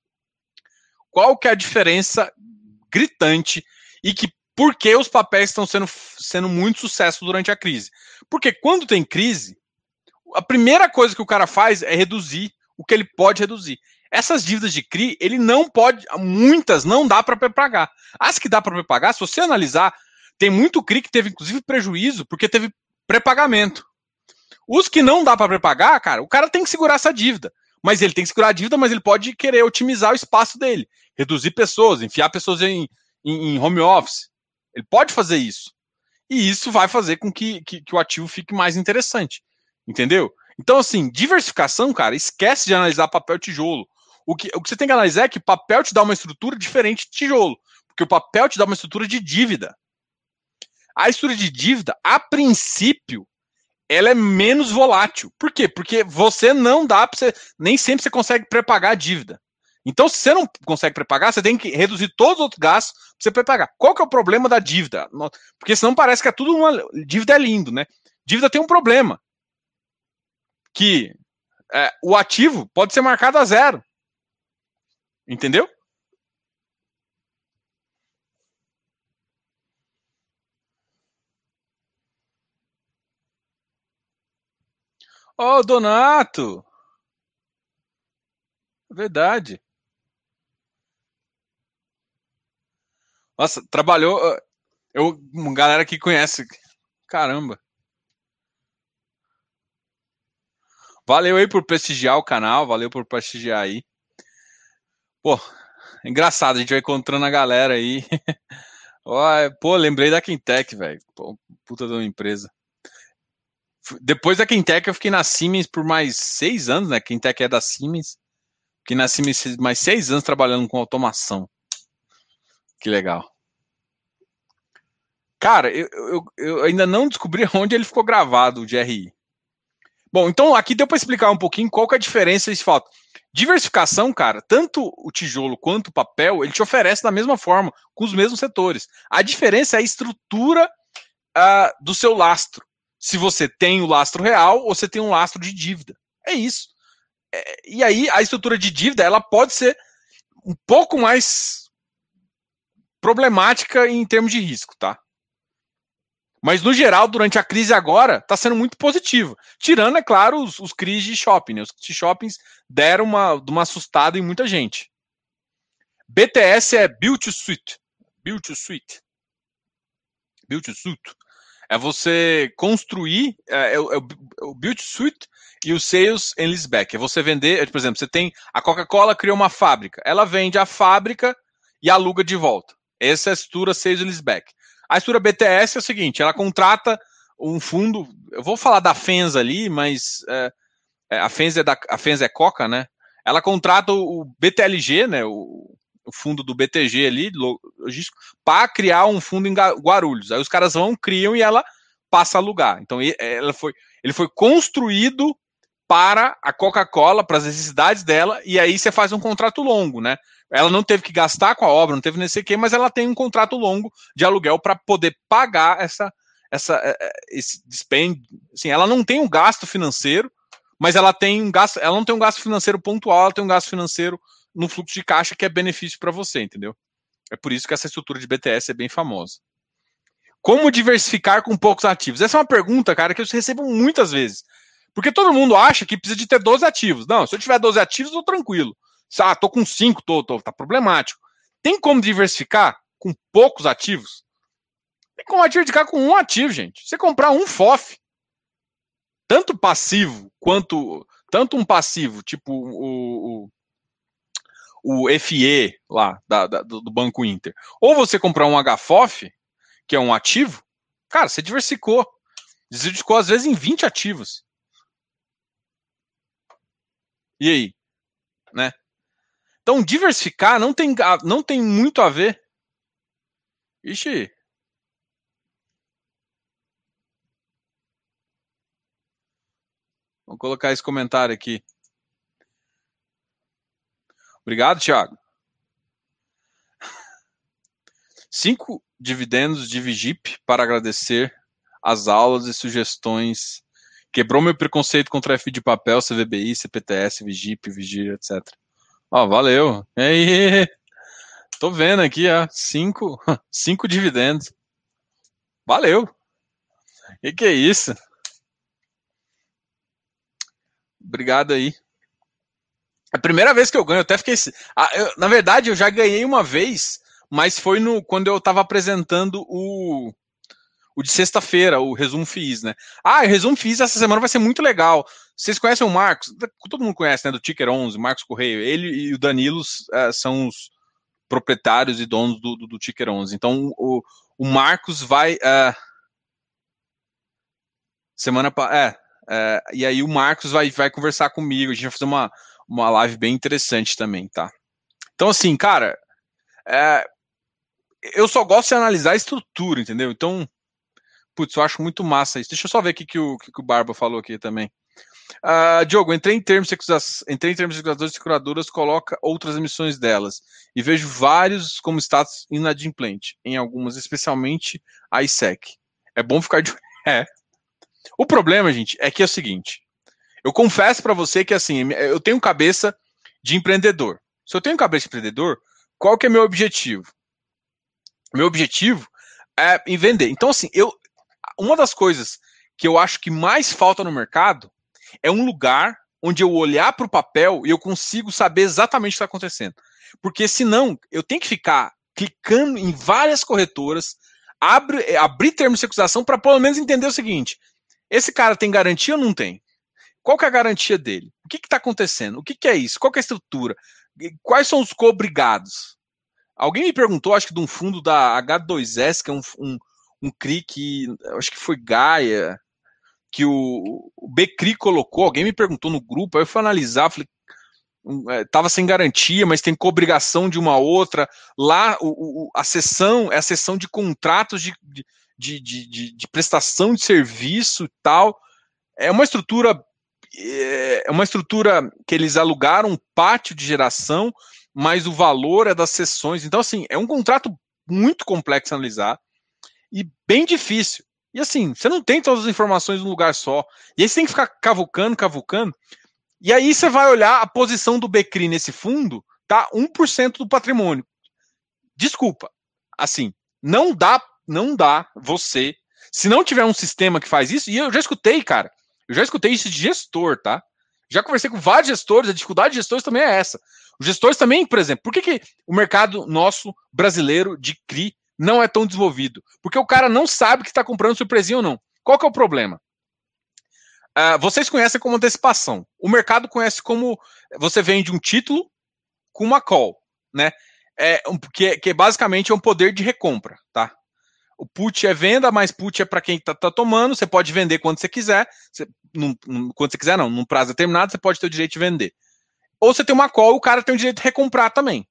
Qual que é a diferença gritante e por que os papéis estão sendo muito sucesso durante a crise? Porque quando tem crise, a primeira coisa que o cara faz é reduzir o que ele pode reduzir. Essas dívidas de CRI, ele não pode, muitas não dá para pré-pagar. As que dá para pré-pagar, se você analisar, tem muito CRI que teve inclusive prejuízo porque teve pré-pagamento. Os que não dá para pré-pagar, cara, o cara tem que segurar essa dívida. Mas ele tem que segurar a dívida, mas ele pode querer otimizar o espaço dele, reduzir pessoas, enfiar pessoas em home office. Ele pode fazer isso. E isso vai fazer com que o ativo fique mais interessante. Entendeu? Então, assim, diversificação, cara, esquece de analisar papel e tijolo. O que você tem que analisar é que papel te dá uma estrutura diferente de tijolo. Porque o papel te dá uma estrutura de dívida. A estrutura de dívida, a princípio, ela é menos volátil. Por quê? Porque você não dá para você. Nem sempre você consegue pré-pagar a dívida. Então, se você não consegue pré-pagar, você tem que reduzir todos os outros gastos para você pré-pagar. Qual que é o problema da dívida? Porque senão parece que é tudo uma. Dívida é lindo, né? Dívida tem um problema. Que o ativo pode ser marcado a zero. Entendeu? Ô, Donato! Verdade. Nossa, trabalhou. Uma galera que conhece. Caramba. Valeu aí por prestigiar o canal, valeu por prestigiar aí. Pô, engraçado, a gente vai encontrando a galera aí. Pô, lembrei da Quintec, velho. Puta de uma empresa. Depois da Quintec, eu fiquei na Siemens por mais 6 anos, né? Quintec é da Siemens. Fiquei na Siemens mais 6 anos trabalhando com automação. Que legal. Cara, eu ainda não descobri onde ele ficou gravado, o GRI. Bom, então aqui deu para explicar um pouquinho qual que é a diferença de fato. Diversificação, cara, tanto o tijolo quanto o papel, ele te oferece da mesma forma, com os mesmos setores. A diferença é a estrutura do seu lastro. Se você tem o lastro real ou você tem um lastro de dívida. É isso. E aí, a estrutura de dívida, ela pode ser um pouco mais problemática em termos de risco, tá? Mas, no geral, durante a crise agora, está sendo muito positivo. Tirando, é claro, os CRIs de shopping. Né? Os shoppings deram uma assustada em muita gente. BTS é Build to Suit. Build to Suit. Build to Suit. É você construir o Build to Suit e o Sales and Leaseback. É você vender, por exemplo, você tem a Coca-Cola criou uma fábrica. Ela vende a fábrica e aluga de volta. Essa é a estrutura Sales and Leaseback. A estrutura BTS é o seguinte, ela contrata um fundo, eu vou falar da FENS ali, mas a FENS é Coca, né? Ela contrata o BTLG, né? O fundo do BTG ali, logístico, para criar um fundo em Guarulhos. Aí os caras criam e ela passa a alugar. Então ele foi construído para a Coca-Cola, para as necessidades dela, e aí você faz um contrato longo, né? Ela não teve que gastar com a obra, não teve nem sei o quê, mas ela tem um contrato longo de aluguel para poder pagar esse dispêndio. Assim, ela não tem um gasto financeiro, mas ela não tem um gasto financeiro pontual, ela tem um gasto financeiro no fluxo de caixa que é benefício para você, entendeu? É por isso que essa estrutura de BTS é bem famosa. Como diversificar com poucos ativos? Essa é uma pergunta, cara, que eu recebo muitas vezes. Porque todo mundo acha que precisa de ter 12 ativos. Não, se eu tiver 12 ativos, eu tô tranquilo. Tô com 5, tá problemático. Tem como diversificar com poucos ativos? Tem como diversificar com um ativo, gente. Você comprar um FOF, tanto passivo quanto um passivo, tipo o FE lá do Banco Inter, ou você comprar um HFOF, que é um ativo, cara, você diversificou. Diversificou às vezes em 20 ativos. E aí? Né? Então, diversificar não tem muito a ver. Ixi. Vou colocar esse comentário aqui. Obrigado, Thiago. 5 dividendos de Vigip para agradecer as aulas e sugestões. Quebrou meu preconceito contra F de papel, CVBI, CPTS, Vigip, Vigia, etc. Valeu. E aí? Tô vendo aqui, 5 dividendos. Valeu. Que é isso? Obrigado aí. É a primeira vez que eu ganho, eu até fiquei. Na verdade, eu já ganhei uma vez, mas foi quando eu estava apresentando o de sexta-feira, o Resumo FIIs, né? O Resumo FIIs essa semana vai ser muito legal. Vocês conhecem o Marcos? Todo mundo conhece, né? Do Ticker 11, Marcos Correia. Ele e o Danilo são os proprietários e donos do Ticker 11. Então, o Marcos vai. E aí o Marcos vai conversar comigo. A gente vai fazer uma live bem interessante também, tá? Então, assim, cara, eu só gosto de analisar a estrutura, entendeu? Então, putz, eu acho muito massa isso. Deixa eu só ver o que o Barba falou aqui também. Diogo, entrei em termos de seguradores e seguradoras, coloca outras emissões delas. E vejo vários como status inadimplente, em algumas, especialmente a ISEC. É bom ficar de. O problema, gente, é que é o seguinte. Eu confesso para você que, assim, eu tenho cabeça de empreendedor. Se eu tenho cabeça de empreendedor, qual que é meu objetivo? Meu objetivo é em vender. Então, assim, uma das coisas que eu acho que mais falta no mercado é um lugar onde eu olhar para o papel e eu consigo saber exatamente o que está acontecendo. Porque senão, eu tenho que ficar clicando em várias corretoras, abrir termos de acusação para pelo menos entender o seguinte: esse cara tem garantia ou não tem? Qual que é a garantia dele? O que está acontecendo? O que é isso? Qual que é a estrutura? Quais são os co-obrigados? Alguém me perguntou, acho que de um fundo da H2S, que é um CRI que acho que foi Gaia. que o Becri colocou, alguém me perguntou no grupo, aí eu fui analisar, falei, estava sem garantia, mas tem cobrigação de uma outra. Lá a seção é a seção de contratos de prestação de serviço e tal. É uma estrutura que eles alugaram um pátio de geração, mas o valor é das sessões. Então, assim, é um contrato muito complexo analisar e bem difícil. E assim, você não tem todas as informações num lugar só. E aí você tem que ficar cavucando. E aí você vai olhar a posição do Becri nesse fundo, tá 1% do patrimônio. Desculpa. Assim, não dá você, se não tiver um sistema que faz isso, e eu já escutei, cara, isso de gestor, tá? Já conversei com vários gestores, a dificuldade de gestores também é essa. Os gestores também, por exemplo, por que o mercado nosso brasileiro de CRI não é tão desenvolvido? Porque o cara não sabe que está comprando surpresinha ou não. Qual que é o problema? Vocês conhecem como antecipação. O mercado conhece como você vende um título com uma call, né? Que basicamente é um poder de recompra, tá? O put é venda, mas put é para quem tá tomando. Você pode vender quando você quiser. Quando você quiser, não. Num prazo determinado, você pode ter o direito de vender. Ou você tem uma call, o cara tem o direito de recomprar também.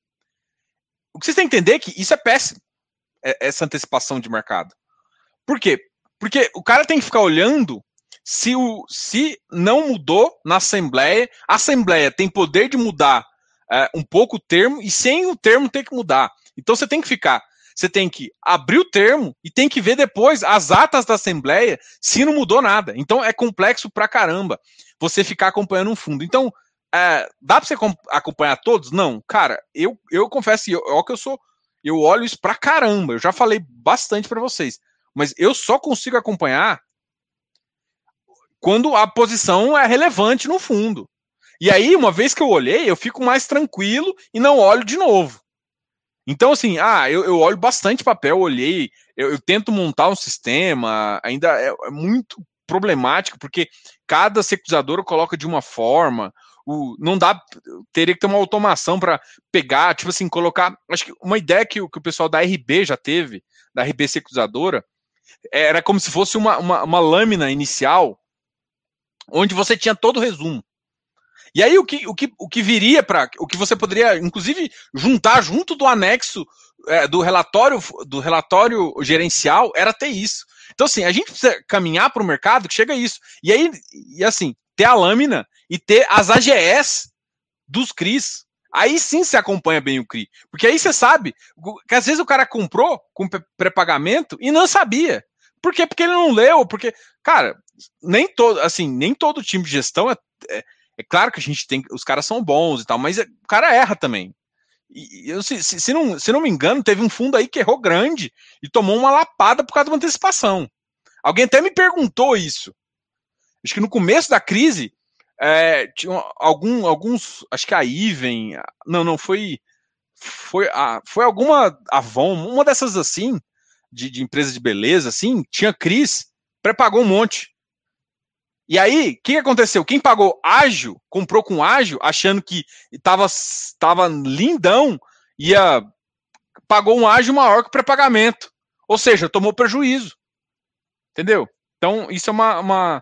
O que vocês têm que entender é que isso é péssimo, essa antecipação de mercado. Por quê? Porque o cara tem que ficar olhando se não mudou na Assembleia. A Assembleia tem poder de mudar um pouco o termo, e sem o termo tem que mudar. Então você tem que abrir o termo e tem que ver depois as atas da Assembleia se não mudou nada. Então é complexo pra caramba você ficar acompanhando um fundo. Então, dá pra você acompanhar todos? Não. Cara, eu confesso, eu olho isso pra caramba. Eu já falei bastante pra vocês. Mas eu só consigo acompanhar quando a posição é relevante no fundo. E aí, uma vez que eu olhei, eu fico mais tranquilo e não olho de novo. Então, assim, eu olho bastante papel, olhei, eu tento montar um sistema, ainda é muito problemático, porque cada securizadora coloca de uma forma, não dá, teria que ter uma automação para pegar, tipo assim, colocar, acho que uma ideia que o pessoal da RB já teve, da RB securizadora, era como se fosse uma lâmina inicial, onde você tinha todo o resumo. E aí o que viria para o que você poderia, inclusive, juntar junto do anexo do relatório gerencial era ter isso. Então, assim, a gente precisa caminhar para o mercado que chega a isso. E aí, assim, ter a lâmina e ter as AGS dos CRIs. Aí sim você acompanha bem o CRI. Porque aí você sabe que às vezes o cara comprou com pré-pagamento e não sabia. Por quê? Porque ele não leu, porque, cara, nem todo time de gestão é claro que a gente tem. Os caras são bons e tal, mas o cara erra também. E eu, se não me engano, teve um fundo aí que errou grande e tomou uma lapada por causa de uma antecipação. Alguém até me perguntou isso. Acho que no começo da crise, tinha alguns. Acho que a Iven. Não, foi alguma Avon, uma dessas assim, de empresa de beleza, assim, tinha crise, pré-pagou um monte. E aí, o que aconteceu? Quem pagou ágil, comprou com ágil, achando que estava lindão, pagou um ágil maior que o pré-pagamento. Ou seja, tomou prejuízo. Entendeu? Então, isso é uma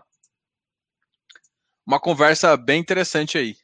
conversa bem interessante aí.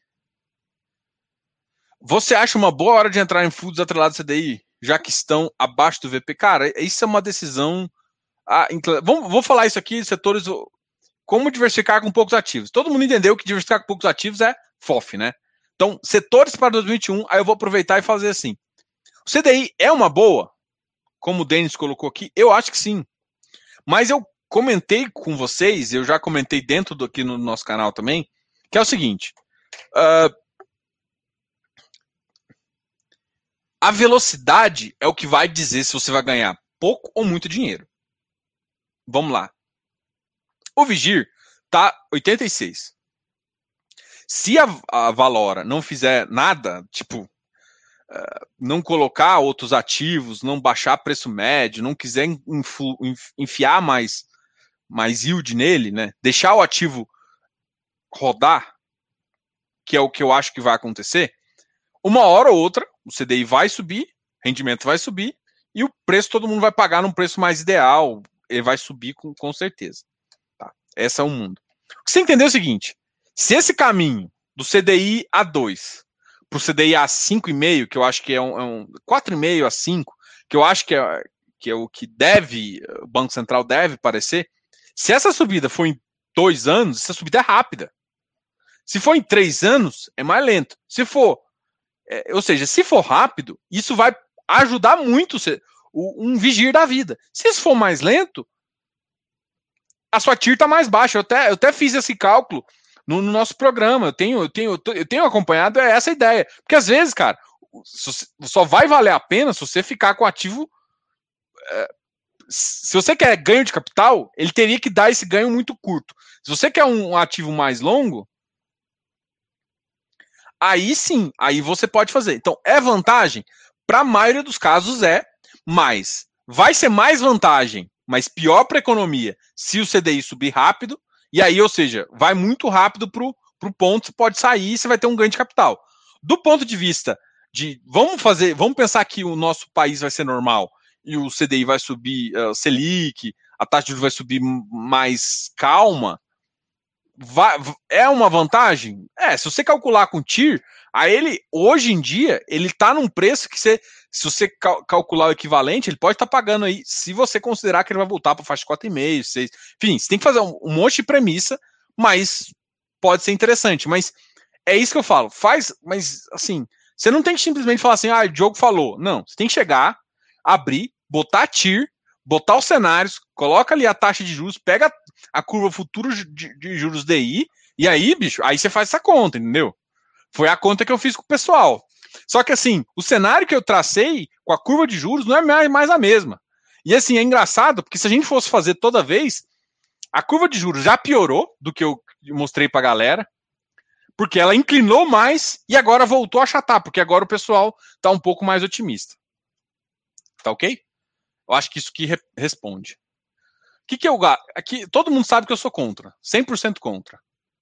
Você acha uma boa hora de entrar em fundos atrelados CDI, já que estão abaixo do VP? Cara, isso é uma decisão... vou falar isso aqui, setores... Como diversificar com poucos ativos? Todo mundo entendeu que diversificar com poucos ativos é FOF, né? Então, setores para 2021, aí eu vou aproveitar e fazer assim. O CDI é uma boa? Como o Denis colocou aqui, eu acho que sim. Mas eu comentei com vocês, eu já comentei dentro aqui no nosso canal também, que é o seguinte. A velocidade é o que vai dizer se você vai ganhar pouco ou muito dinheiro. Vamos lá. O Vigir tá 86. Se a Valora não fizer nada, tipo, não colocar outros ativos, não baixar preço médio, não quiser enfiar mais yield nele, né? Deixar o ativo rodar, que é o que eu acho que vai acontecer, uma hora ou outra, o CDI vai subir, rendimento vai subir, e o preço todo mundo vai pagar num preço mais ideal, ele vai subir com certeza. Tá? Esse é o mundo. Você entendeu o seguinte, se esse caminho do CDI a 2 para o CDI a 5,5, que eu acho que é um 4,5 a 5, que eu acho que é o que o Banco Central deve parecer, se essa subida for em 2 anos, essa subida é rápida. Se for em 3 anos, é mais lento. Se for rápido, isso vai ajudar muito um vigir da vida. Se isso for mais lento, a sua TIR está mais baixa. Eu até fiz esse cálculo no nosso programa. Eu tenho acompanhado essa ideia. Porque às vezes, cara, só vai valer a pena se você ficar com o ativo. Se você quer ganho de capital, ele teria que dar esse ganho muito curto. Se você quer um ativo mais longo, aí sim, aí você pode fazer. Então, é vantagem? Para a maioria dos casos mas vai ser mais vantagem, mas pior para a economia se o CDI subir rápido, e aí, ou seja, vai muito rápido para o ponto, você pode sair e você vai ter um ganho de capital. Do ponto de vista de, vamos pensar que o nosso país vai ser normal, e o CDI vai subir, Selic, a taxa de juros vai subir mais calma, é uma vantagem? Se você calcular com TIR, aí hoje em dia, ele está num preço que se você calcular o equivalente, ele pode estar pagando aí, se você considerar que ele vai voltar para faixa de 4,5, 6. Enfim, você tem que fazer um monte de premissa, mas pode ser interessante. Mas é isso que eu falo. Mas assim, você não tem que simplesmente falar assim, o Diogo falou. Não, você tem que chegar, abrir, botar TIR, botar os cenários, coloca ali a taxa de juros, pega a curva futuro de juros DI, e aí, bicho, aí você faz essa conta, entendeu? Foi a conta que eu fiz com o pessoal. Só que assim, o cenário que eu tracei com a curva de juros não é mais a mesma. E assim, é engraçado, porque se a gente fosse fazer toda vez, a curva de juros já piorou do que eu mostrei pra galera, porque ela inclinou mais e agora voltou a achatar, porque agora o pessoal tá um pouco mais otimista. Tá ok? Eu acho que isso que responde. O que eu gasto? Aqui, todo mundo sabe que eu sou contra. 100% contra.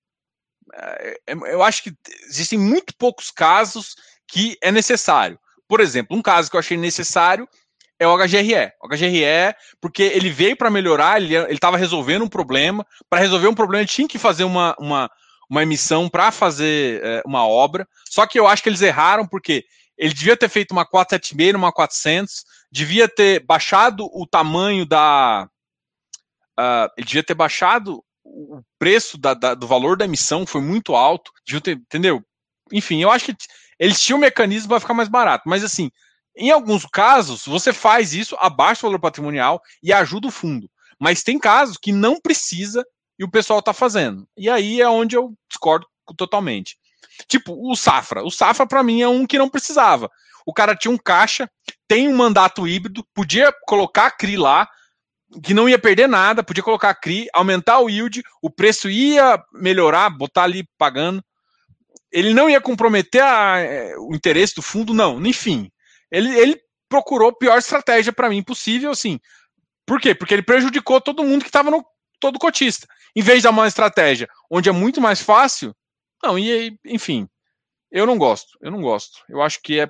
Eu acho que existem muito poucos casos que é necessário. Por exemplo, um caso que eu achei necessário é o HGRE. O HGRE, porque ele veio para melhorar, ele estava resolvendo um problema. Para resolver um problema, ele tinha que fazer uma emissão para fazer uma obra. Só que eu acho que eles erraram, porque ele devia ter feito uma 476, uma 400, devia ter baixado o tamanho da... ele devia ter baixado o preço do valor da emissão, foi muito alto, entendeu? Enfim, eu acho que eles tinham um mecanismo para ficar mais barato, mas assim, em alguns casos, você faz isso, abaixa o valor patrimonial e ajuda o fundo, mas tem casos que não precisa e o pessoal está fazendo, e aí é onde eu discordo totalmente. Tipo, o Safra para mim é um que não precisava. O cara tinha um caixa, tem um mandato híbrido, podia colocar a CRI lá, que não ia perder nada, podia colocar a CRI, aumentar o yield, o preço ia melhorar, botar ali pagando, ele não ia comprometer o interesse do fundo, não, enfim, ele procurou a pior estratégia para mim possível, assim, por quê? Porque ele prejudicou todo mundo que estava no todo cotista, em vez de dar uma estratégia onde é muito mais fácil, não, e enfim, eu não gosto, eu acho que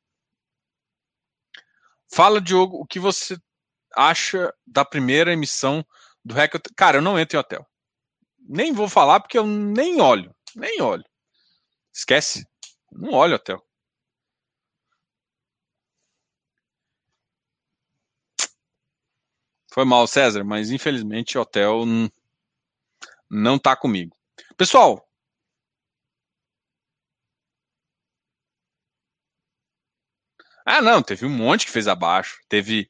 fala, Diogo, o que você acha da primeira emissão do REC? Cara, eu não entro em hotel. Nem vou falar porque eu nem olho. Esquece. Não olho hotel. Foi mal, César, mas infelizmente hotel não tá comigo. Pessoal, não, teve um monte que fez abaixo. Teve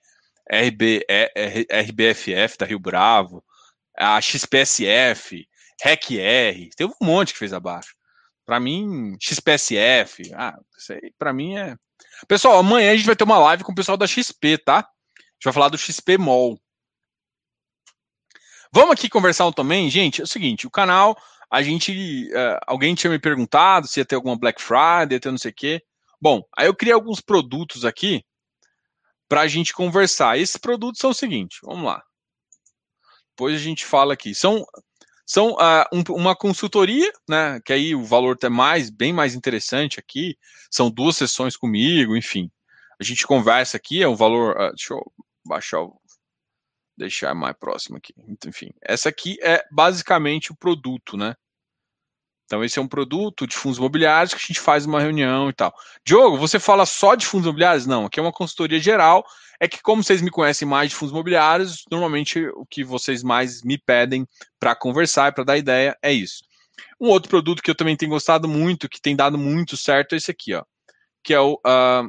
RBFF da Rio Bravo, a XPSF, REC-R, teve um monte que fez abaixo. Para mim, XPSF, isso aí pra mim é... Pessoal, amanhã a gente vai ter uma live com o pessoal da XP, tá? A gente vai falar do XP Mall. Vamos aqui conversar também, gente, é o seguinte, o canal, alguém tinha me perguntado se ia ter alguma Black Friday, ia ter não sei o quê. Bom, aí eu criei alguns produtos aqui pra gente conversar. Esses produtos são o seguinte, vamos lá. Depois a gente fala aqui. São uma consultoria, né? Que aí o valor é bem mais interessante aqui. São 2 sessões comigo, enfim. A gente conversa aqui, é um valor. Deixa eu baixar deixar mais próximo aqui. Enfim, essa aqui é basicamente o produto, né? Então, esse é um produto de fundos imobiliários que a gente faz uma reunião e tal. Diogo, você fala só de fundos imobiliários? Não, aqui é uma consultoria geral. É que, como vocês me conhecem mais de fundos imobiliários, normalmente o que vocês mais me pedem para conversar e para dar ideia é isso. Um outro produto que eu também tenho gostado muito, que tem dado muito certo, é esse aqui, ó, que é o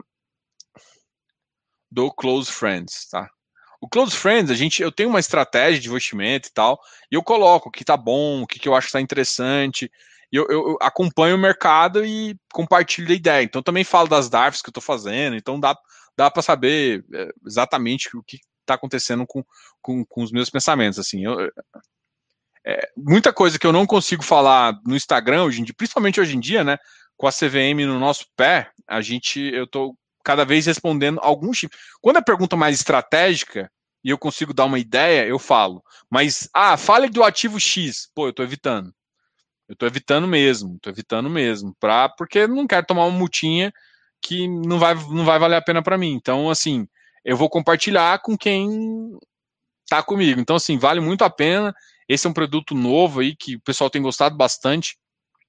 do Close Friends, tá? O Close Friends, eu tenho uma estratégia de investimento e tal, e eu coloco o que tá bom, o que eu acho que tá interessante, e eu acompanho o mercado e compartilho a ideia. Então, também falo das DARFs que eu tô fazendo, então dá para saber exatamente o que tá acontecendo com os meus pensamentos, assim. Muita coisa que eu não consigo falar no Instagram hoje em dia, principalmente hoje em dia, né, com a CVM no nosso pé, eu tô cada vez respondendo alguns tipos. Quando é pergunta mais estratégica e eu consigo dar uma ideia, eu falo. Mas, fale do ativo X. Pô, eu tô evitando. Eu tô evitando mesmo, porque eu não quero tomar uma multinha que não vai valer a pena para mim. Então, assim, eu vou compartilhar com quem tá comigo. Então, assim, vale muito a pena. Esse é um produto novo aí que o pessoal tem gostado bastante.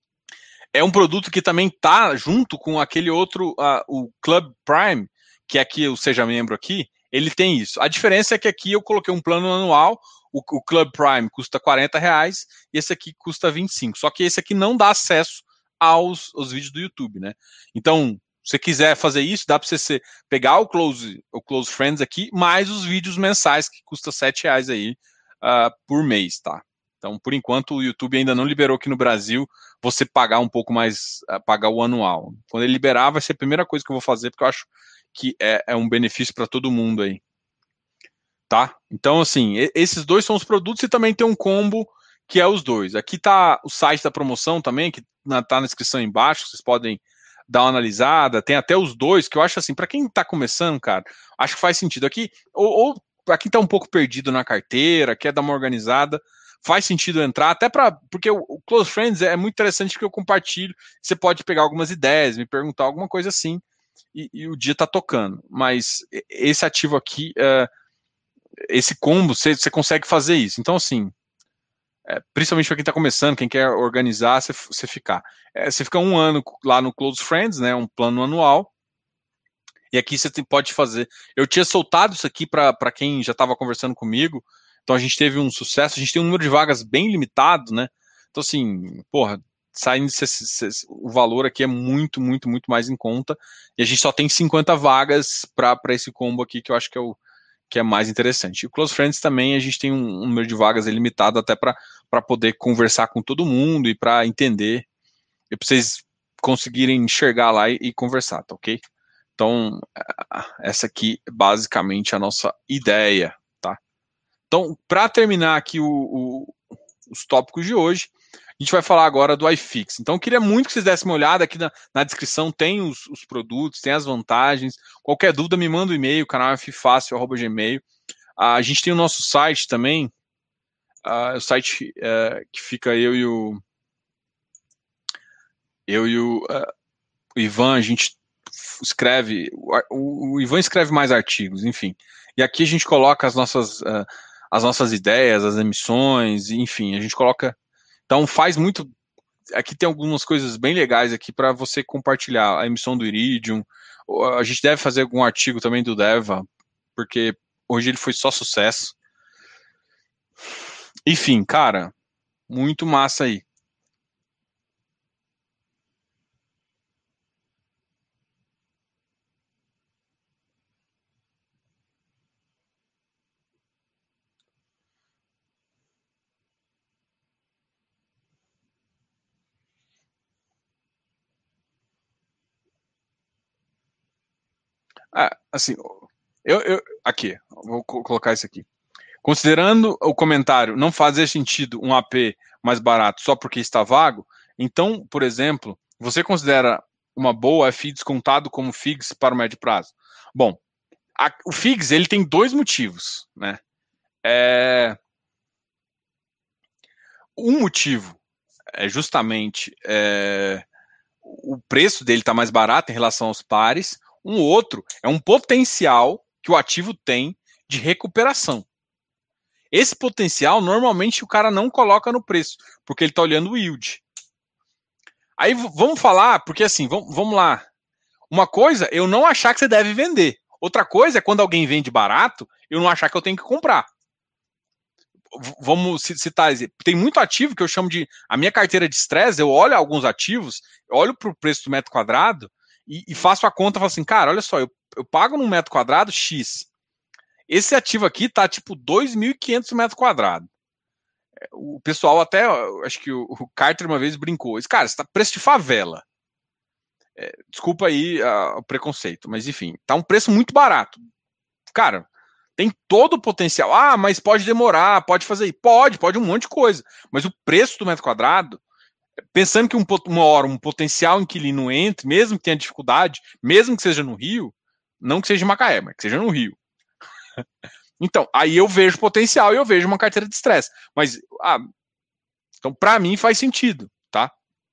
É um produto que também tá junto com aquele outro, o Club Prime, que é aqui o Seja Membro aqui, ele tem isso. A diferença é que aqui eu coloquei um plano anual, o Club Prime custa R$ 40 e esse aqui custa 25. Só que esse aqui não dá acesso aos vídeos do YouTube, né? Então, se você quiser fazer isso, dá para você pegar o Close Friends aqui, mais os vídeos mensais, que custa R$ 7 aí por mês, tá? Então, por enquanto, o YouTube ainda não liberou aqui no Brasil você pagar um pouco mais, pagar o anual. Quando ele liberar, vai ser a primeira coisa que eu vou fazer, porque eu acho que é um benefício para todo mundo aí. Tá? Então, assim, esses dois são os produtos e também tem um combo que é os dois. Aqui tá o site da promoção também, que tá na descrição embaixo, vocês podem dar uma analisada. Tem até os dois, que eu acho assim, para quem tá começando, cara, acho que faz sentido. Aqui, ou para quem tá um pouco perdido na carteira, quer dar uma organizada, faz sentido entrar, até porque o Close Friends é muito interessante porque eu compartilho, você pode pegar algumas ideias, me perguntar alguma coisa assim, e o dia tá tocando. Mas esse ativo aqui, esse combo, você consegue fazer isso. Então, assim, principalmente para quem está começando, quem quer organizar, você ficar. Você fica um ano lá no Close Friends, né, um plano anual, e aqui você pode fazer. Eu tinha soltado isso aqui para quem já estava conversando comigo, então a gente teve um sucesso, a gente tem um número de vagas bem limitado, né? Então, assim, porra, saindo o valor aqui é muito, muito, muito mais em conta, e a gente só tem 50 vagas para esse combo aqui, que eu acho que é mais interessante. E o Close Friends também, a gente tem um número de vagas limitado até para poder conversar com todo mundo e para entender, e para vocês conseguirem enxergar lá e conversar, tá ok? Então, essa aqui é basicamente a nossa ideia, tá? Então, para terminar aqui os tópicos de hoje, a gente vai falar agora do iFix. Então, eu queria muito que vocês dessem uma olhada aqui na descrição, tem os produtos, tem as vantagens. Qualquer dúvida, me manda um e-mail, canal ffácil@gmail. A gente tem o nosso site também, o site que fica eu e o Ivan, a gente escreve, o Ivan escreve mais artigos, enfim. E aqui a gente coloca as nossas ideias, as emissões, enfim, a gente coloca. Então faz muito. Aqui tem algumas coisas bem legais aqui para você compartilhar. A emissão do Iridium. A gente deve fazer algum artigo também do Deva, porque hoje ele foi só sucesso. Enfim, cara, muito massa aí. Assim, aqui, vou colocar isso aqui. Considerando o comentário não fazer sentido um AP mais barato só porque está vago, então, por exemplo, você considera uma boa FI descontado como FIGS para o médio prazo? Bom, o FIGS ele tem dois motivos, né? Um motivo é justamente o preço dele está mais barato em relação aos pares. Um outro é um potencial que o ativo tem de recuperação. Esse potencial, normalmente, o cara não coloca no preço, porque ele está olhando o yield. Aí vamos falar, porque assim, vamos lá. Uma coisa é eu não achar que você deve vender. Outra coisa é quando alguém vende barato, eu não achar que eu tenho que comprar. Vamos citar, tem muito ativo que eu chamo de a minha carteira de estresse, eu olho alguns ativos, eu olho para o preço do metro quadrado e faço a conta e falo assim, cara, olha só, eu pago num metro quadrado X. Esse ativo aqui tá tipo 2.500 metros quadrados. O pessoal até, acho que o Carter uma vez brincou, esse cara, está preço de favela. Desculpa aí o preconceito, mas enfim, tá um preço muito barato. Cara, tem todo o potencial. Ah, mas pode demorar, pode fazer. Pode um monte de coisa. Mas o preço do metro quadrado, pensando que uma hora um potencial inquilino entre, mesmo que tenha dificuldade, mesmo que seja no Rio, não que seja em Macaé, mas que seja no Rio. Então, aí eu vejo potencial e eu vejo uma carteira de estresse. Mas, então, para mim faz sentido, tá?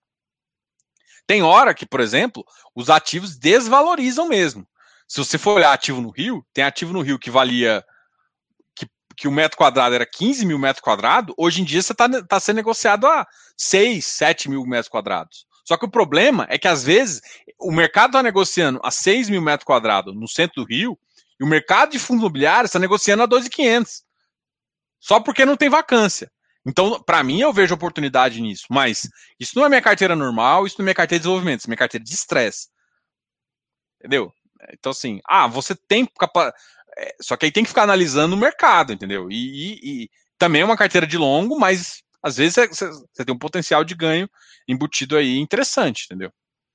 Tem hora que, por exemplo, os ativos desvalorizam mesmo. Se você for olhar ativo no Rio, tem ativo no Rio que valia que o metro quadrado era 15 mil metros quadrados, hoje em dia você está sendo negociado a 6, 7 mil metros quadrados. Só que o problema é que, às vezes, o mercado está negociando a 6 mil metros quadrados no centro do Rio e o mercado de fundos imobiliários está negociando a 2.500. Só porque não tem vacância. Então, para mim, eu vejo oportunidade nisso. Mas isso não é minha carteira normal, isso não é minha carteira de desenvolvimento, isso é minha carteira de estresse. Entendeu? Então, assim, você tem só que aí tem que ficar analisando o mercado, entendeu? E também é uma carteira de longo, mas às vezes você tem um potencial de ganho embutido aí interessante, entendeu?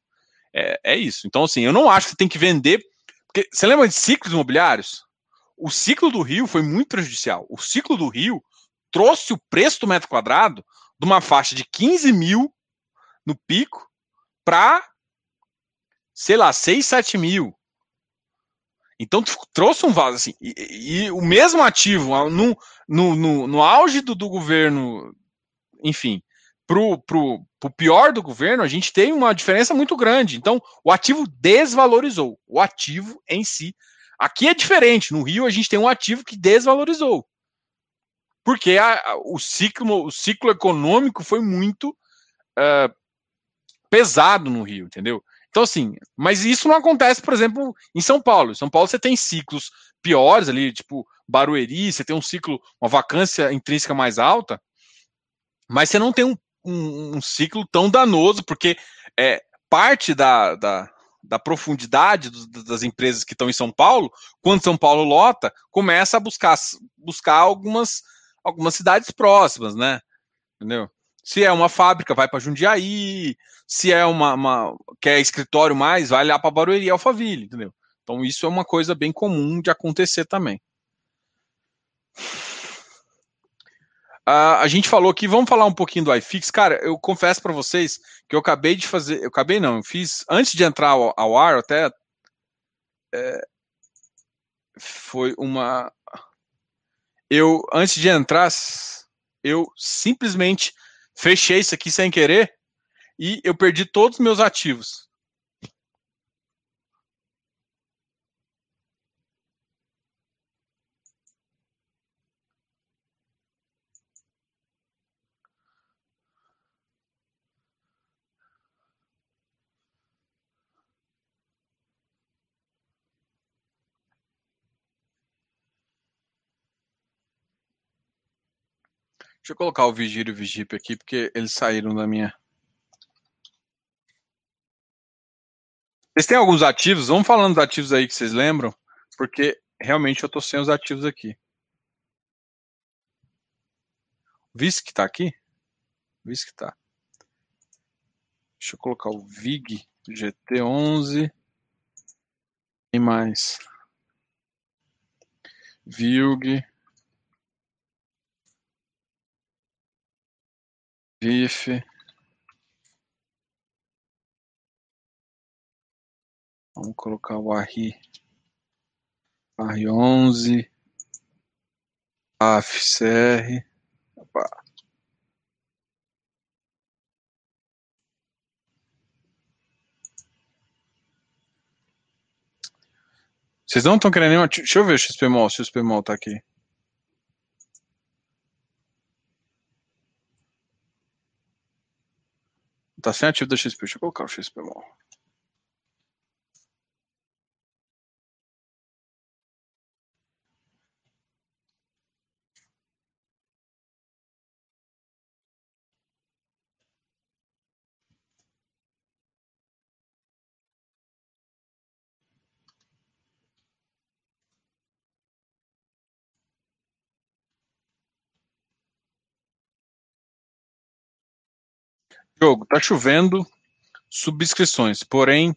É isso. Então, assim, eu não acho que você tem que vender. Porque você lembra de ciclos imobiliários? O ciclo do Rio foi muito prejudicial. O ciclo do Rio trouxe o preço do metro quadrado de uma faixa de 15 mil no pico para, sei lá, 6, 7 mil. Então trouxe um vaso assim, e o mesmo ativo no auge do governo, enfim, pro pior do governo, a gente tem uma diferença muito grande. Então, o ativo desvalorizou, o ativo em si. Aqui é diferente, no Rio a gente tem um ativo que desvalorizou. Porque o ciclo econômico foi muito pesado no Rio, entendeu? Então, assim, mas isso não acontece, por exemplo, em São Paulo. Em São Paulo você tem ciclos piores ali, tipo Barueri, você tem um ciclo, uma vacância intrínseca mais alta, mas você não tem um ciclo tão danoso, porque parte da profundidade das empresas que estão em São Paulo, quando São Paulo lota, começa a buscar algumas cidades próximas, né? Entendeu? Se é uma fábrica, vai para Jundiaí. Se é quer escritório mais, vai lá para Barueri, Alphaville, entendeu? Então isso é uma coisa bem comum de acontecer também. A gente falou aqui, vamos falar um pouquinho do iFix. Cara, eu confesso para vocês que eu acabei de fazer, eu acabei não, eu fiz antes de entrar ao ar, até foi uma, eu antes de entrar, eu simplesmente fechei isso aqui sem querer e eu perdi todos os meus ativos. Deixa eu colocar o Vigílio e o Vigip aqui, porque eles saíram da minha. Vocês têm alguns ativos? Vamos falando dos ativos aí que vocês lembram, porque realmente eu tô sem os ativos aqui. Vice que tá aqui? Vice que tá. Deixa eu colocar o VIG, GT11. Tem mais. VILG, VIF. Vamos colocar o AR11, AFCR. Opa. Vocês não estão querendo nenhuma. Deixa eu ver se o XPMOL tá aqui. Tá sem ativo da XP. Deixa eu colocar o XP mal. Jogo, tá chovendo subscrições, porém.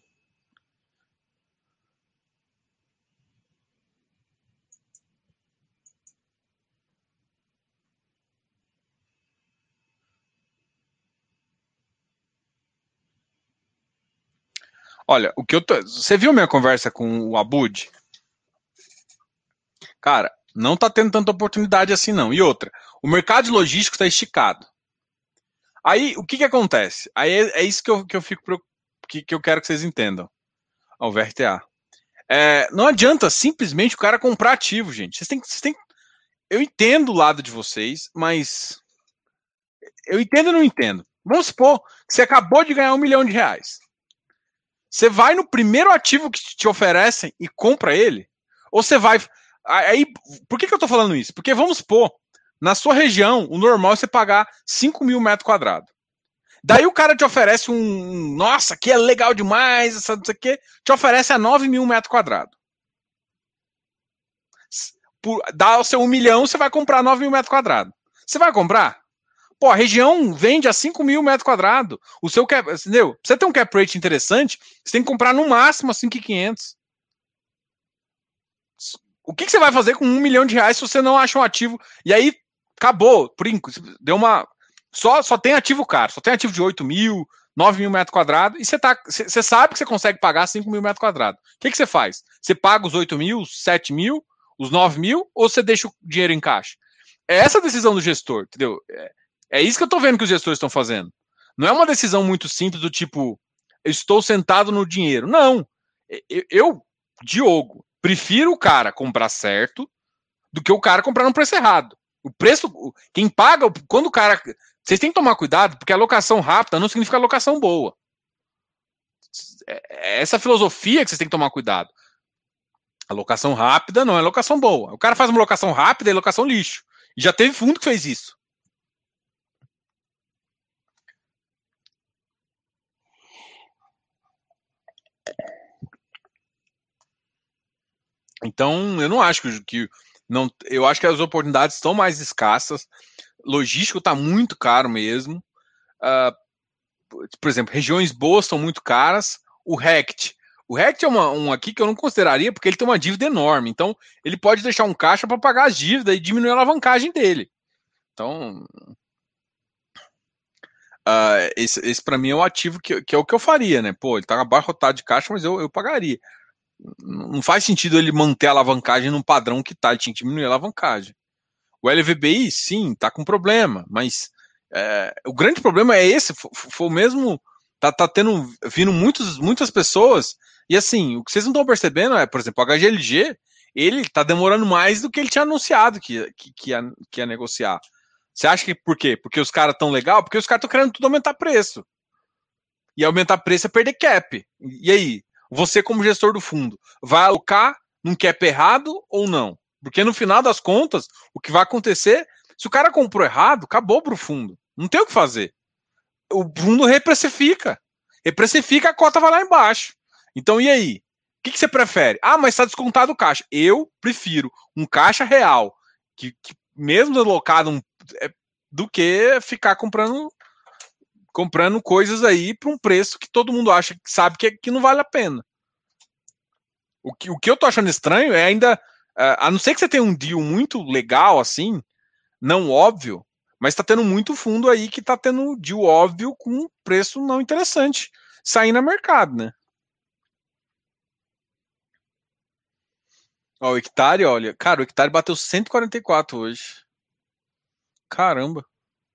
Olha, o que eu tô. Você viu minha conversa com o Abud? Cara, não tá tendo tanta oportunidade assim, não. E outra, o mercado de logístico está esticado. Aí, o que que acontece? Aí é isso que eu fico que eu quero que vocês entendam. Ao VRTA. Não adianta simplesmente o cara comprar ativo, gente. Vocês têm. Eu entendo o lado de vocês, mas eu entendo e não entendo. Vamos supor que você acabou de ganhar R$ 1 milhão. Você vai no primeiro ativo que te oferecem e compra ele? Ou você vai. Aí, por que eu tô falando isso? Porque vamos supor, na sua região, o normal é você pagar 5 mil metros quadrados. Daí o cara te oferece nossa, que é legal demais, essa não sei o quê, te oferece a 9 mil metros quadrados. Dá o seu 1 milhão, você vai comprar 9 mil metros quadrados. Você vai comprar? Pô, a região vende a 5 mil metros quadrados. O seu cap, entendeu? Pra você ter um cap rate interessante, você tem que comprar no máximo a 5.500. O que você vai fazer com R$ 1 milhão se você não acha um ativo? E aí, acabou. Por enquanto, deu uma. Só tem ativo caro, só tem ativo de 8 mil, 9 mil metros quadrados, e você sabe que você consegue pagar 5 mil metros quadrados. O que você faz? Você paga os 8 mil, os 7 mil, os 9 mil, ou você deixa o dinheiro em caixa? É essa a decisão do gestor, entendeu? É isso que eu tô vendo que os gestores estão fazendo. Não é uma decisão muito simples do tipo, eu estou sentado no dinheiro. Não. Diogo, prefiro o cara comprar certo do que o cara comprar no preço errado. O preço, quem paga, quando o cara. Vocês têm que tomar cuidado, porque a locação rápida não significa locação boa. É essa filosofia que vocês têm que tomar cuidado. A locação rápida não é locação boa. O cara faz uma locação rápida e locação lixo. E já teve fundo que fez isso. Então, eu não acho que não, eu acho que as oportunidades estão mais escassas. Logístico está muito caro mesmo. Por exemplo, regiões boas estão muito caras. O RECT é um aqui que eu não consideraria porque ele tem uma dívida enorme. Então, ele pode deixar um caixa para pagar as dívidas e diminuir a alavancagem dele. Então, esse para mim é o ativo que é o que eu faria, né? Pô, ele tá abarrotado de caixa, mas eu pagaria. Não faz sentido ele manter a alavancagem num padrão que tá, ele tinha que diminuir a alavancagem. O LVBI, sim, tá com problema, mas o grande problema é esse, foi o mesmo, tá vindo muitas pessoas, e assim, o que vocês não estão percebendo é, por exemplo, o HGLG, ele tá demorando mais do que ele tinha anunciado que ia negociar. Você acha que por quê? Porque os caras tão legal? Porque os caras estão querendo tudo aumentar preço. E aumentar preço é perder cap. E aí, você como gestor do fundo, vai alocar num cap errado ou não? Porque no final das contas, o que vai acontecer, se o cara comprou errado, acabou pro fundo. Não tem o que fazer. O fundo reprecifica. Reprecifica, a cota vai lá embaixo. Então, e aí? O que você prefere? Ah, mas está descontado o caixa. Eu prefiro um caixa real, que mesmo alocado, do que ficar comprando coisas aí por um preço que todo mundo acha que sabe que não vale a pena. O que eu tô achando estranho é ainda, a não ser que você tenha um deal muito legal assim, não óbvio, mas tá tendo muito fundo aí que tá tendo um deal óbvio com um preço não interessante saindo no mercado, né? Ó, o hectare, olha, cara, o hectare bateu 144 hoje. Caramba.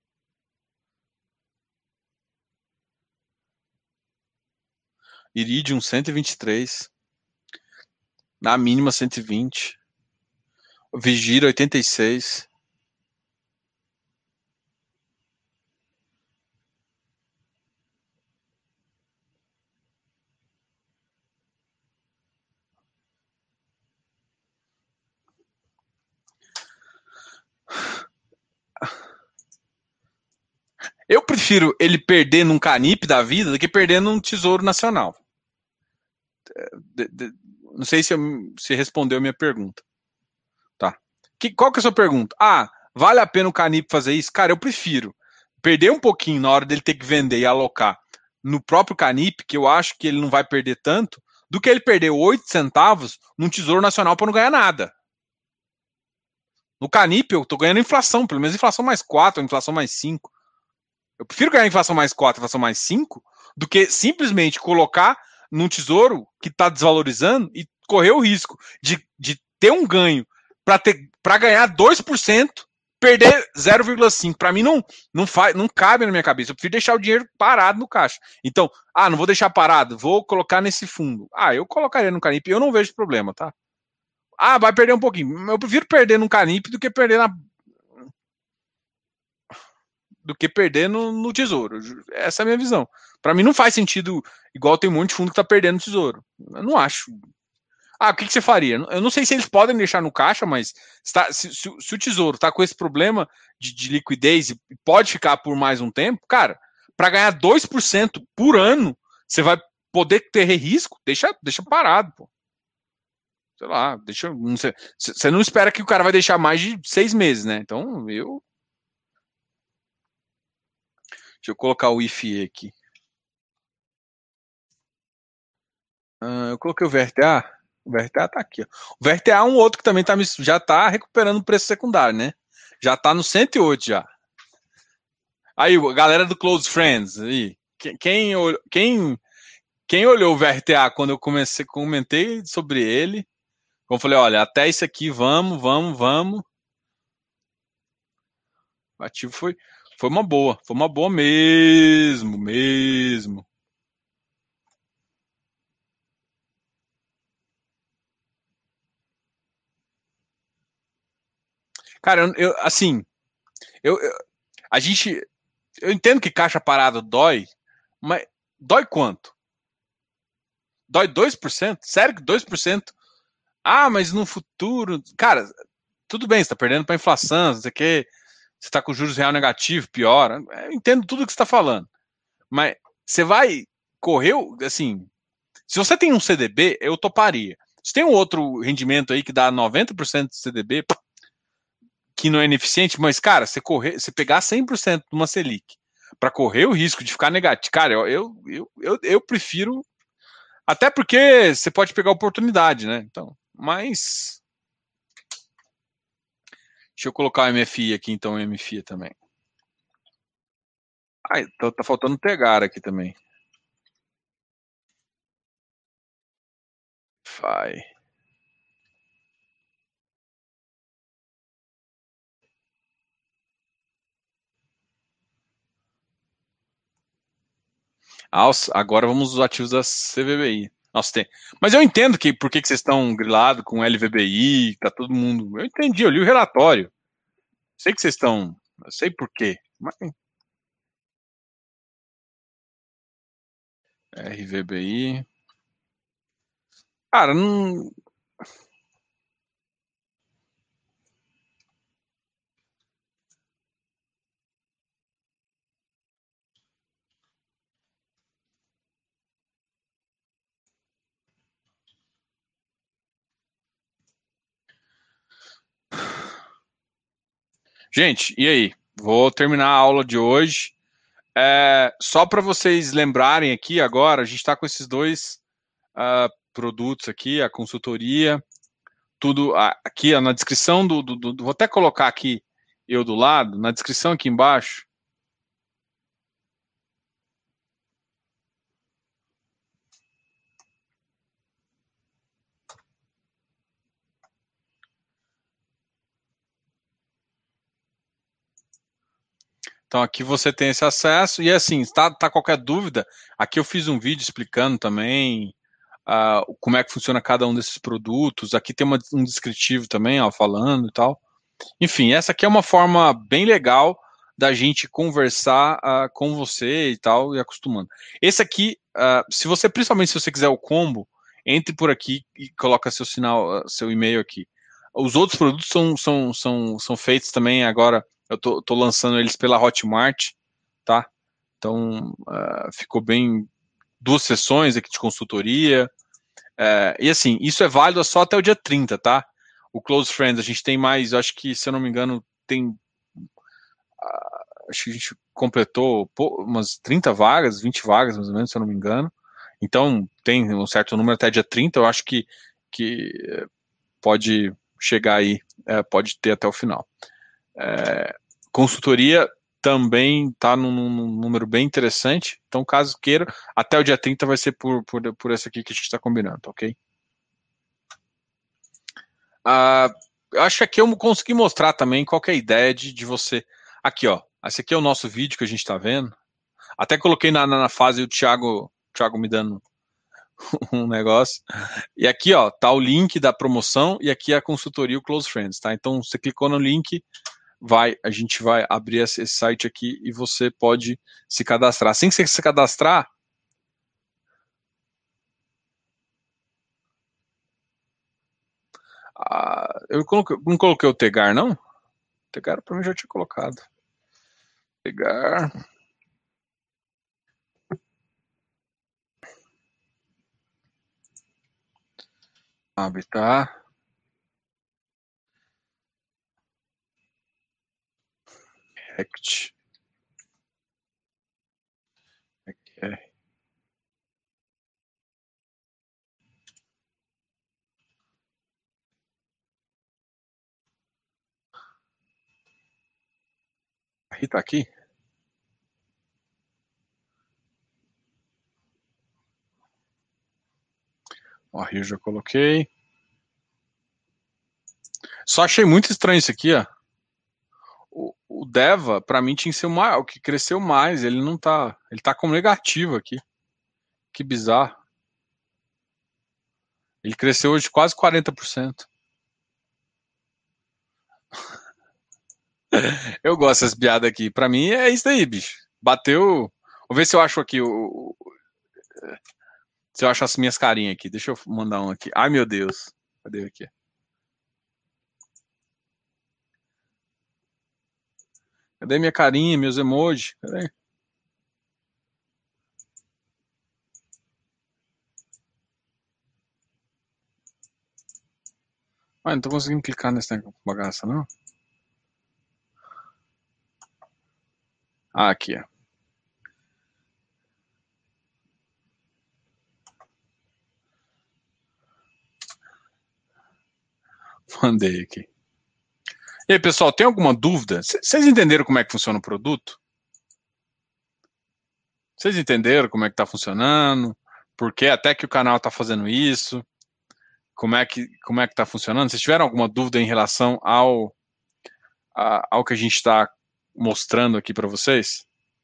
Iridium 123. Na mínima 120. Vigira 86. prefiro ele perder num Canip da vida do que perder num Tesouro Nacional. Não sei se respondeu a minha pergunta. Tá. Qual que é a sua pergunta? Ah, vale a pena o Canip fazer isso? Cara, eu prefiro perder um pouquinho na hora dele ter que vender e alocar no próprio Canip, que eu acho que ele não vai perder tanto, do que ele perder 8 centavos num Tesouro Nacional para não ganhar nada. No Canip eu tô ganhando inflação, pelo menos inflação mais 4, inflação mais 5. Eu prefiro ganhar inflação mais 4, inflação mais 5, do que simplesmente colocar num tesouro que está desvalorizando e correr o risco de ter um ganho para ganhar 2%, perder 0,5%. Para mim não cabe na minha cabeça. Eu prefiro deixar o dinheiro parado no caixa. Então, não vou deixar parado, vou colocar nesse fundo. Eu colocaria no Canip, eu não vejo problema, tá? Vai perder um pouquinho. Eu prefiro perder no Canip do que perder no tesouro. Essa é a minha visão. Para mim não faz sentido, igual tem um monte de fundo que tá perdendo no tesouro. Eu não acho. O que você faria? Eu não sei se eles podem deixar no caixa, mas se o tesouro tá com esse problema de liquidez e pode ficar por mais um tempo, cara, para ganhar 2% por ano, você vai poder ter risco? Deixa parado, pô. Sei lá, não sei. Você não espera que o cara vai deixar mais de 6 meses, né? Então, deixa eu colocar o IFE aqui. Eu coloquei o VRTA. O VRTA tá aqui. Ó. O VRTA é um outro que também já está recuperando o preço secundário, né? Já está no 108 já. Aí, galera do Close Friends, aí. Quem olhou o VRTA quando eu comentei sobre ele, como eu falei, olha, até isso aqui, vamos. O ativo foi uma boa. Foi uma boa mesmo. Cara, assim, a gente, eu entendo que caixa parada dói, mas dói quanto? Dói 2%? Sério que 2%? Mas no futuro, cara, tudo bem, você tá perdendo para inflação, não sei o quê, você tá com juros real negativo, pior. Eu entendo tudo que você tá falando. Mas você vai correr, assim, se você tem um CDB, eu toparia. Se tem um outro rendimento aí que dá 90% de CDB, que não é ineficiente, mas, cara, você pegar 100% de uma Selic para correr o risco de ficar negativo, cara, eu prefiro, até porque você pode pegar oportunidade, né? Então, mas deixa eu colocar o MFI aqui, então, o MFI também. Então tá faltando Tegar aqui também. Vai. Agora vamos aos ativos da CVBI. Nossa, tem. Mas eu entendo por que vocês estão grilados com LVBI, tá todo mundo. Eu entendi, eu li o relatório. Sei que vocês estão. Eu sei por quê. Mas... RVBI. Cara, não. Gente, e aí? Vou terminar a aula de hoje. Só para vocês lembrarem aqui agora, a gente está com esses dois produtos aqui, a consultoria, tudo aqui ó, na descrição vou até colocar aqui eu do lado, na descrição aqui embaixo. Então aqui você tem esse acesso e assim, tá qualquer dúvida, aqui eu fiz um vídeo explicando também como é que funciona cada um desses produtos. Aqui tem um descritivo também, ó, falando e tal. Enfim, essa aqui é uma forma bem legal da gente conversar com você e tal, e acostumando. Esse aqui, principalmente se você quiser o combo, entre por aqui e coloca seu sinal, seu e-mail aqui. Os outros produtos são feitos também agora, eu tô lançando eles pela Hotmart, tá? Então, ficou bem 2 sessões aqui de consultoria. E assim, isso é válido só até o dia 30, tá? O Close Friends, a gente tem mais, eu acho que, se eu não me engano, tem. Acho que a gente completou umas 30 vagas, 20 vagas, mais ou menos, se eu não me engano. Então, tem um certo número até dia 30, eu acho que pode chegar aí, pode ter até o final. Consultoria também está num número bem interessante, então caso queira, até o dia 30 vai ser por essa aqui que a gente está combinando, ok? Acho que aqui eu consegui mostrar também qual que é a ideia de você. Aqui, ó, esse aqui é o nosso vídeo que a gente está vendo. Até coloquei na fase o Thiago me dando um negócio. E aqui, ó, tá o link da promoção e aqui é a consultoria, o Close Friends, tá? Então, você clicou no link, a gente vai abrir esse site aqui e você pode se cadastrar. Assim que você se cadastrar, eu não coloquei o Tegar, não? O Tegar para mim já tinha colocado. Tegar, habitat, React. É. Aí tá aqui. Ó, Rio já coloquei. Só achei muito estranho isso aqui, ó. O Deva, para mim, tinha que ser o que cresceu mais. Ele não tá. Ele tá como negativo aqui. Que bizarro. Ele cresceu hoje quase 40%. Eu gosto dessas piadas aqui. Pra mim é isso aí, bicho. Bateu. Vou ver se eu acho aqui se eu acho as minhas carinhas aqui. Deixa eu mandar um aqui. Ai, meu Deus. Cadê aqui? Cadê minha carinha, meus emojis? Cadê? Ah, não tô conseguindo clicar nessa bagaça, não? Ah, aqui, ó. Mandei aqui. E aí, pessoal, tem alguma dúvida? Vocês entenderam como é que funciona o produto? Vocês entenderam como é que tá funcionando? Por que até que o canal tá fazendo isso? Como é que tá funcionando? Vocês tiveram alguma dúvida em relação ao que a gente está mostrando aqui para vocês?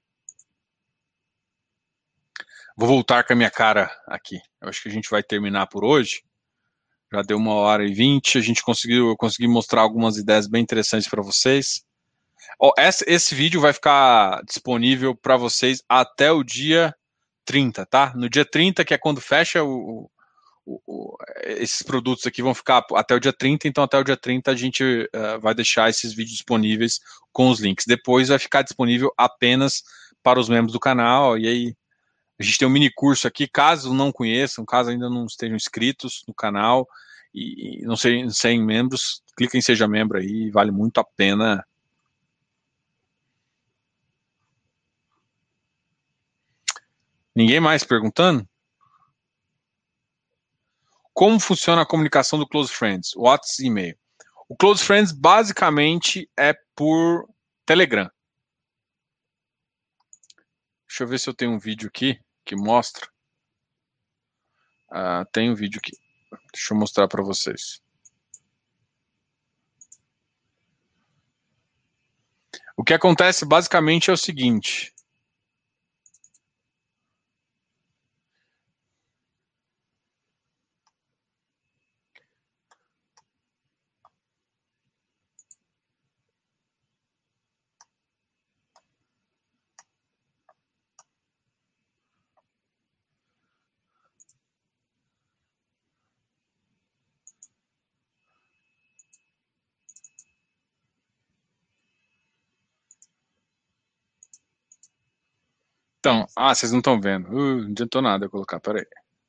Vou voltar com a minha cara aqui. Eu acho que a gente vai terminar por hoje. Já deu 1h20. Eu consegui mostrar algumas ideias bem interessantes para vocês. Ó, esse vídeo vai ficar disponível para vocês até o dia 30, tá? No dia 30, que é quando fecha esses produtos aqui, vão ficar até o dia 30, então até o dia 30 a gente vai deixar esses vídeos disponíveis com os links. Depois vai ficar disponível apenas para os membros do canal, e aí a gente tem um mini curso aqui, caso não conheçam, caso ainda não estejam inscritos no canal e não sejam membros, clica em Seja Membro aí, vale muito a pena. Ninguém mais perguntando? Como funciona a comunicação do Close Friends? WhatsApp e e-mail. O Close Friends basicamente é por Telegram. Deixa eu ver se eu tenho um vídeo aqui que mostra. Tem um vídeo aqui. Deixa eu mostrar para vocês. O que acontece basicamente é o seguinte. Então, vocês não estão vendo. Não adiantou nada eu colocar, peraí.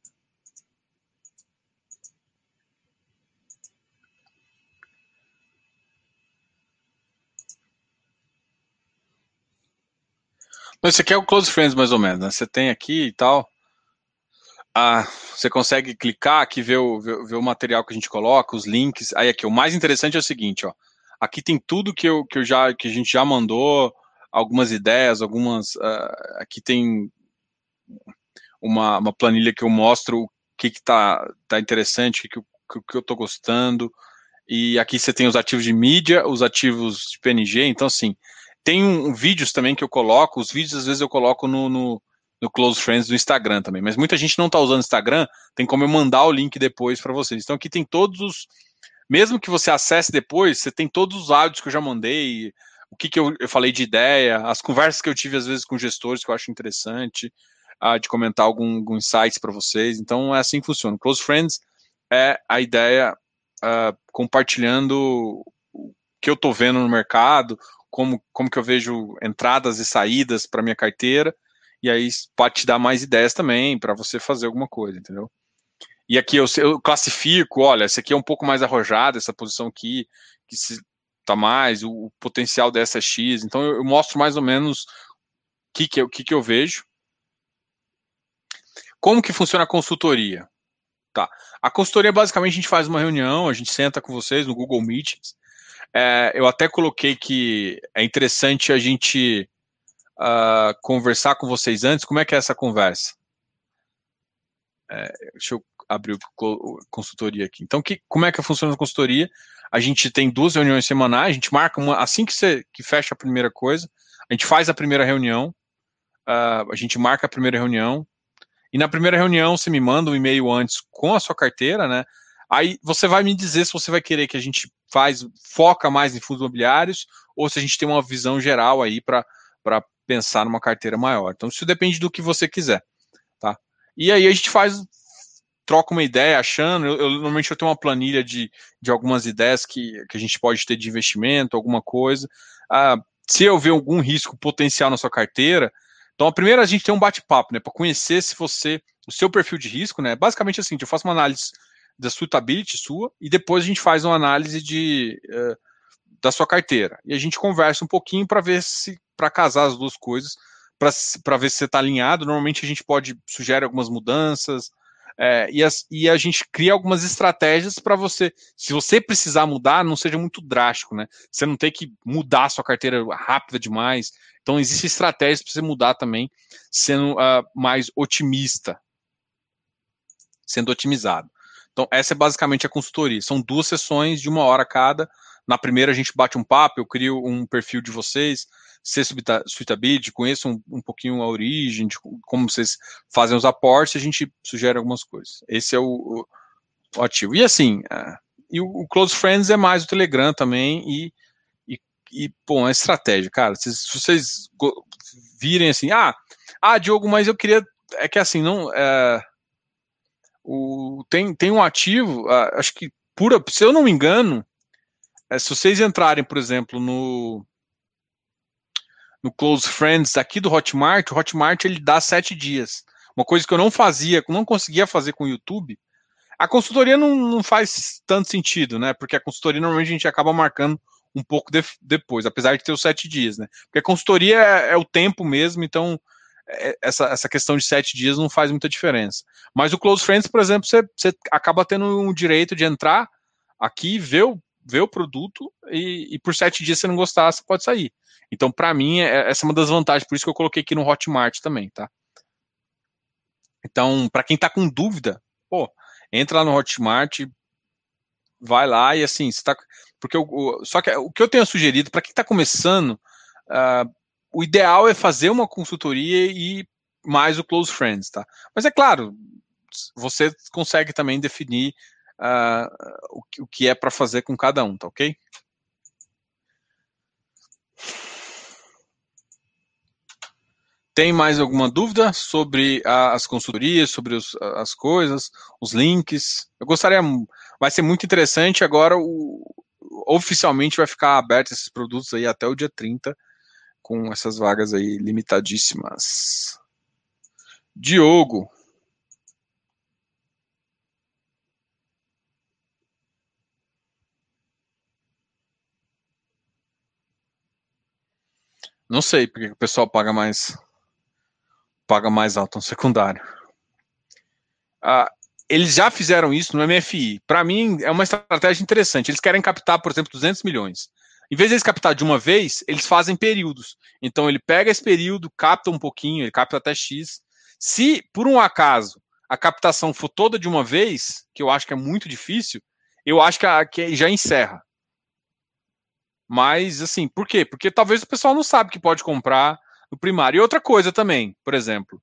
Então, esse aqui é o Close Friends, mais ou menos, né? Você tem aqui e tal. Ah, você consegue clicar aqui, ver o material que a gente coloca, os links. Aí aqui, o mais interessante é o seguinte, ó. Aqui tem tudo que a gente já mandou, algumas ideias, algumas. Aqui tem uma planilha que eu mostro o que tá interessante, o que eu tô gostando. E aqui você tem os ativos de mídia, os ativos de PNG. Então, assim, tem vídeos também que eu coloco. Os vídeos, às vezes, eu coloco no Close Friends do Instagram também. Mas muita gente não está usando o Instagram, tem como eu mandar o link depois para vocês. Então, aqui tem todos os. Mesmo que você acesse depois, você tem todos os áudios que eu já mandei, o que eu falei de ideia, as conversas que eu tive, às vezes, com gestores, que eu acho interessante, de comentar algum insights para vocês. Então, é assim que funciona. Close Friends é a ideia compartilhando o que eu estou vendo no mercado, como que eu vejo entradas e saídas para minha carteira, e aí pode te dar mais ideias também para você fazer alguma coisa, entendeu? E aqui eu classifico, olha, essa aqui é um pouco mais arrojada, essa posição aqui, que se tá mais, o potencial dessa é X, então eu mostro mais ou menos o que eu vejo. Como que funciona a consultoria? Tá. A consultoria, basicamente, a gente faz uma reunião, a gente senta com vocês no Google Meets. Eu até coloquei que é interessante a gente conversar com vocês antes. Como é que é essa conversa? Deixa eu abrir o consultoria aqui. Então, como é que funciona a consultoria? A gente tem 2 reuniões semanais, a gente marca uma, assim que fecha a primeira coisa, a gente faz a primeira reunião, a gente marca a primeira reunião, e na primeira reunião você me manda um e-mail antes com a sua carteira, né? Aí você vai me dizer se você vai querer que a gente foca mais em fundos imobiliários ou se a gente tem uma visão geral aí para pensar numa carteira maior. Então isso depende do que você quiser, tá? E aí a gente troca uma ideia achando, normalmente eu tenho uma planilha de algumas ideias que a gente pode ter de investimento, alguma coisa. Se eu ver algum risco potencial na sua carteira, então, a primeira a gente tem um bate-papo, né, para conhecer se o seu perfil de risco, né, basicamente assim, eu faço uma análise da suitability sua e depois a gente faz uma análise da sua carteira. E a gente conversa um pouquinho para ver se, para casar as duas coisas, para ver se você está alinhado. Normalmente a gente sugere algumas mudanças, e a gente cria algumas estratégias para você, se você precisar mudar, não seja muito drástico, né? Você não tem que mudar a sua carteira rápida demais. Então, existem estratégias para você mudar também, sendo mais otimista, sendo otimizado. Então, essa é basicamente a consultoria. São 2 sessões de 1 hora cada. Na primeira, a gente bate um papo, eu crio um perfil de vocês, suitability, conheço um pouquinho a origem, de como vocês fazem os aportes, a gente sugere algumas coisas. Esse é o ativo. E assim, e o Close Friends é mais o Telegram também, bom, é estratégia, cara. Se vocês virem assim, Diogo, mas eu queria. É que assim, não. Tem um ativo, acho que, se eu não me engano, se vocês entrarem, por exemplo, no Close Friends aqui do Hotmart, o Hotmart ele dá 7 dias. Uma coisa que eu não conseguia fazer com o YouTube. A consultoria não faz tanto sentido, né? Porque a consultoria normalmente a gente acaba marcando um pouco depois, apesar de ter os 7 dias, né? Porque a consultoria é o tempo mesmo, então essa questão de 7 dias não faz muita diferença. Mas o Close Friends, por exemplo, você acaba tendo um direito de entrar aqui, ver o produto e por 7 dias você não gostar, você pode sair. Então, para mim, essa é uma das vantagens, por isso que eu coloquei aqui no Hotmart também, tá? Então, para quem está com dúvida, pô, entra lá no Hotmart, vai lá e assim, você tá, porque só que o que eu tenho sugerido para quem está começando, o ideal é fazer uma consultoria e mais o Close Friends, tá? Mas é claro, você consegue também definir o que é para fazer com cada um, tá ok? Tem mais alguma dúvida sobre as consultorias, sobre as coisas, os links? Eu gostaria, vai ser muito interessante. Agora, oficialmente vai ficar aberto esses produtos aí até o dia 30, com essas vagas aí limitadíssimas. Diogo. Não sei porque o pessoal paga mais alto no secundário. Ah, eles já fizeram isso no MFI. Para mim, é uma estratégia interessante. Eles querem captar, por exemplo, 200 milhões. Em vez de eles captar de uma vez, eles fazem períodos. Então, ele pega esse período, capta um pouquinho, ele capta até X. Se, por um acaso, a captação for toda de uma vez, que eu acho que é muito difícil, eu acho que já encerra. Mas, assim, por quê? Porque talvez o pessoal não sabe que pode comprar no primário. E outra coisa também, por exemplo,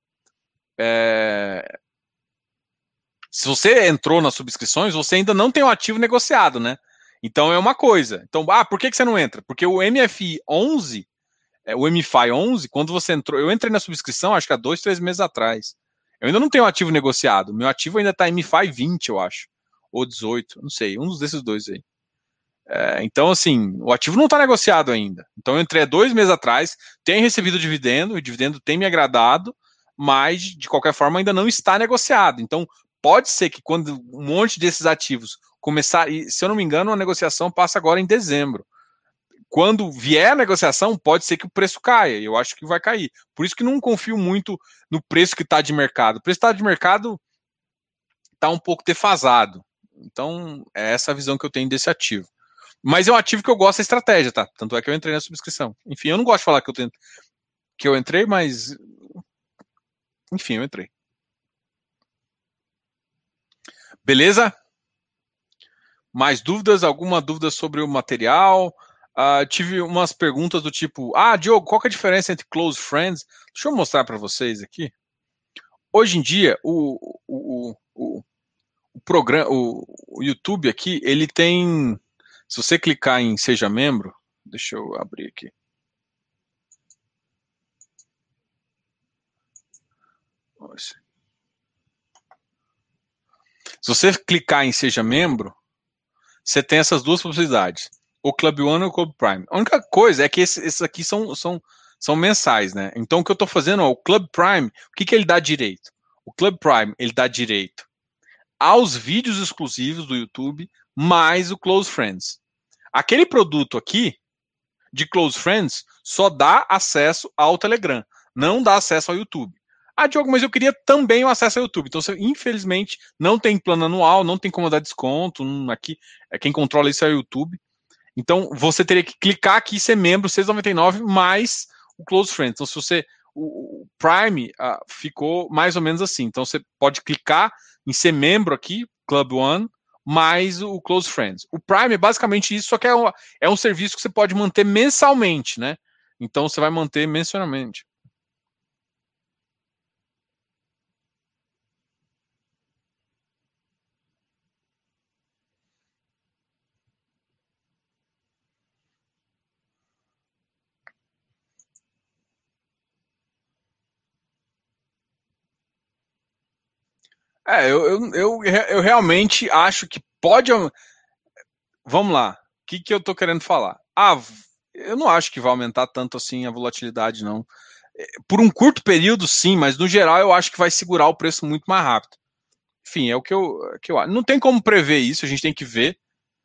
se você entrou nas subscrições, você ainda não tem o ativo negociado, né? Então é uma coisa. Então, por que você não entra? Porque o MFI 11, o MFI 11, quando você entrou, eu entrei na subscrição, acho que há 2, 3 meses atrás. Eu ainda não tenho ativo negociado. Meu ativo ainda está MFI 20, eu acho. Ou 18, não sei, um desses dois aí. Então, assim, o ativo não está negociado ainda. Então, eu entrei há 2 meses atrás, tenho recebido dividendo, o dividendo tem me agradado, mas, de qualquer forma, ainda não está negociado. Então, pode ser que quando um monte desses ativos começar, e, se eu não me engano, a negociação passa agora em dezembro. Quando vier a negociação, pode ser que o preço caia, e eu acho que vai cair. Por isso que não confio muito no preço que está de mercado. O preço que está de mercado está um pouco defasado. Então, é essa a visão que eu tenho desse ativo. Mas é um ativo que eu gosto da estratégia, tá? Tanto é que eu entrei na subscrição. Enfim, eu não gosto de falar que eu entrei, mas. Enfim, eu entrei. Beleza? Mais dúvidas? Alguma dúvida sobre o material? Tive umas perguntas do tipo: Diogo, qual que é a diferença entre close friends? Deixa eu mostrar para vocês aqui. Hoje em dia, o programa, o YouTube aqui, ele tem. Se você clicar em Seja Membro, deixa eu abrir aqui. Se você clicar em Seja Membro, você tem essas duas possibilidades. O Club One e o Club Prime. A única coisa é que esses aqui são mensais, né? Então o que eu estou fazendo é o Club Prime, o que ele dá direito? O Club Prime, ele dá direito aos vídeos exclusivos do YouTube, mais o Close Friends. Aquele produto aqui, de Close Friends, só dá acesso ao Telegram, não dá acesso ao YouTube. Diogo, mas eu queria também o acesso ao YouTube. Então, você, infelizmente, não tem plano anual, não tem como dar desconto. Aqui, quem controla isso é o YouTube. Então, você teria que clicar aqui e ser membro, 6,99 mais o Close Friends. Então, se você. O Prime ficou mais ou menos assim. Então, você pode clicar em ser membro aqui, Club One, mais o Close Friends. O Prime é basicamente isso, só que é um serviço que você pode manter mensalmente, né? Então, você vai manter mensalmente. Eu realmente acho que pode. Vamos lá. O que eu tô querendo falar? Eu não acho que vai aumentar tanto assim a volatilidade, não. Por um curto período, sim, mas no geral eu acho que vai segurar o preço muito mais rápido. Enfim, é o que eu acho. Não tem como prever isso, a gente tem que ver.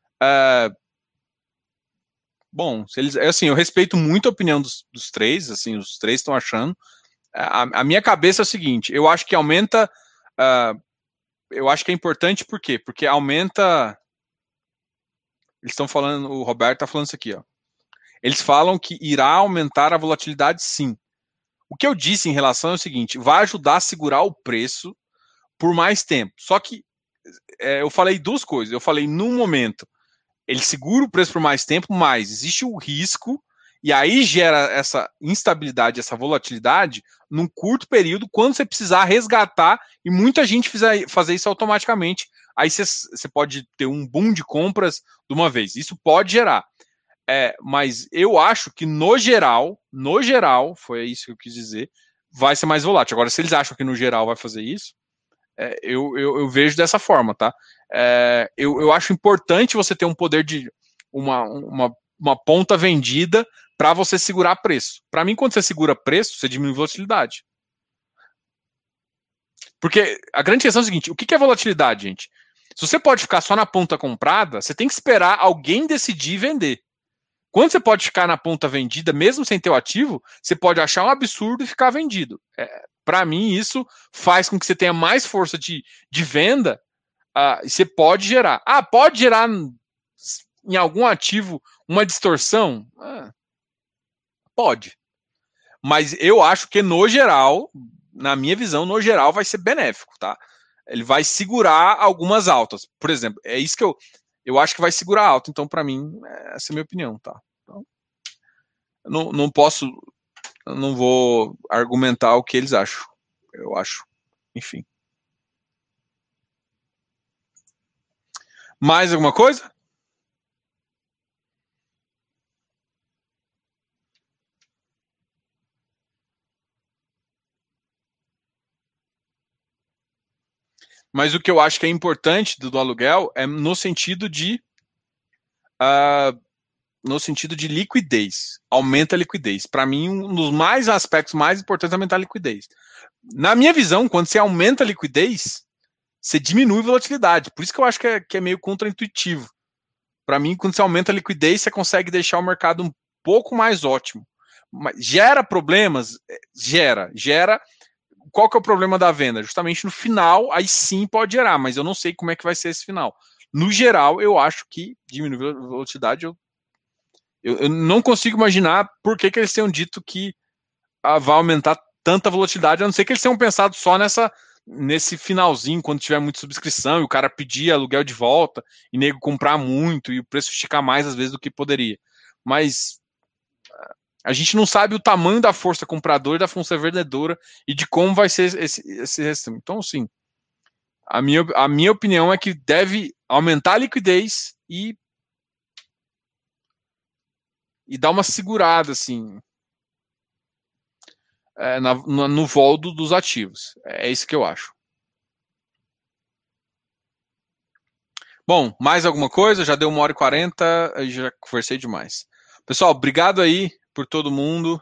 Bom, se eles, assim, eu respeito muito a opinião dos três, assim, os três estão achando. A minha cabeça é o seguinte: eu acho que aumenta. Eu acho que é importante por quê? Porque aumenta. Eles estão falando, o Roberto está falando isso aqui, ó. Eles falam que irá aumentar a volatilidade, sim. O que eu disse em relação é o seguinte: vai ajudar a segurar o preço por mais tempo. Só que eu falei duas coisas. Eu falei, num momento, ele segura o preço por mais tempo, mas existe o risco, e aí gera essa instabilidade, essa volatilidade, num curto período, quando você precisar resgatar, e muita gente fazer isso automaticamente. Aí você pode ter um boom de compras de uma vez. Isso pode gerar. Mas eu acho que no geral, foi isso que eu quis dizer, vai ser mais volátil. Agora, se eles acham que no geral vai fazer isso, eu vejo dessa forma, tá? Eu acho importante você ter um poder de uma ponta vendida para você segurar preço. Para mim, quando você segura preço, você diminui volatilidade. Porque a grande questão é o seguinte, o que é volatilidade, gente? Se você pode ficar só na ponta comprada, você tem que esperar alguém decidir vender. Quando você pode ficar na ponta vendida, mesmo sem ter o ativo, você pode achar um absurdo e ficar vendido. Para mim, isso faz com que você tenha mais força de venda e você pode gerar. Pode gerar em algum ativo uma distorção? Pode. Mas eu acho que, no geral, na minha visão, no geral, vai ser benéfico, tá? Ele vai segurar algumas altas. Por exemplo, é isso que eu acho que vai segurar alta. Então, para mim, essa é a minha opinião, tá? Então, não posso, não vou argumentar o que eles acham. Eu acho, enfim. Mais alguma coisa? Mas o que eu acho que é importante do aluguel é no sentido de liquidez. Aumenta a liquidez. Para mim, um dos aspectos mais importantes é aumentar a liquidez. Na minha visão, quando você aumenta a liquidez, você diminui a volatilidade. Por isso que eu acho que é meio contraintuitivo. Para mim, quando você aumenta a liquidez, você consegue deixar o mercado um pouco mais ótimo. Mas gera problemas? Gera. Qual que é o problema da venda? Justamente no final, aí sim pode gerar, mas eu não sei como é que vai ser esse final. No geral, eu acho que diminuir a velocidade, eu não consigo imaginar por que eles tenham dito que vai aumentar tanta volatilidade, a não ser que eles tenham pensado só nesse finalzinho, quando tiver muita subscrição e o cara pedir aluguel de volta e nego comprar muito e o preço esticar mais às vezes do que poderia. Mas a gente não sabe o tamanho da força compradora e da força vendedora e de como vai ser esse restante. Então, sim, a minha opinião é que deve aumentar a liquidez e dar uma segurada, assim, no vol dos ativos. É isso que eu acho. Bom, mais alguma coisa? Já deu 1h40, já conversei demais. Pessoal, obrigado aí por todo mundo.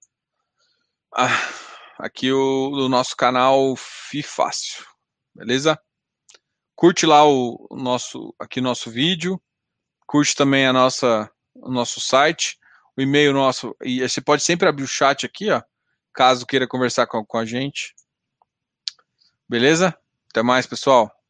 Aqui o nosso canal FIFácil, beleza? Curte lá aqui o nosso vídeo, curte também o nosso site, o e-mail nosso, e você pode sempre abrir o chat aqui, ó, caso queira conversar com a gente. Beleza? Até mais, pessoal.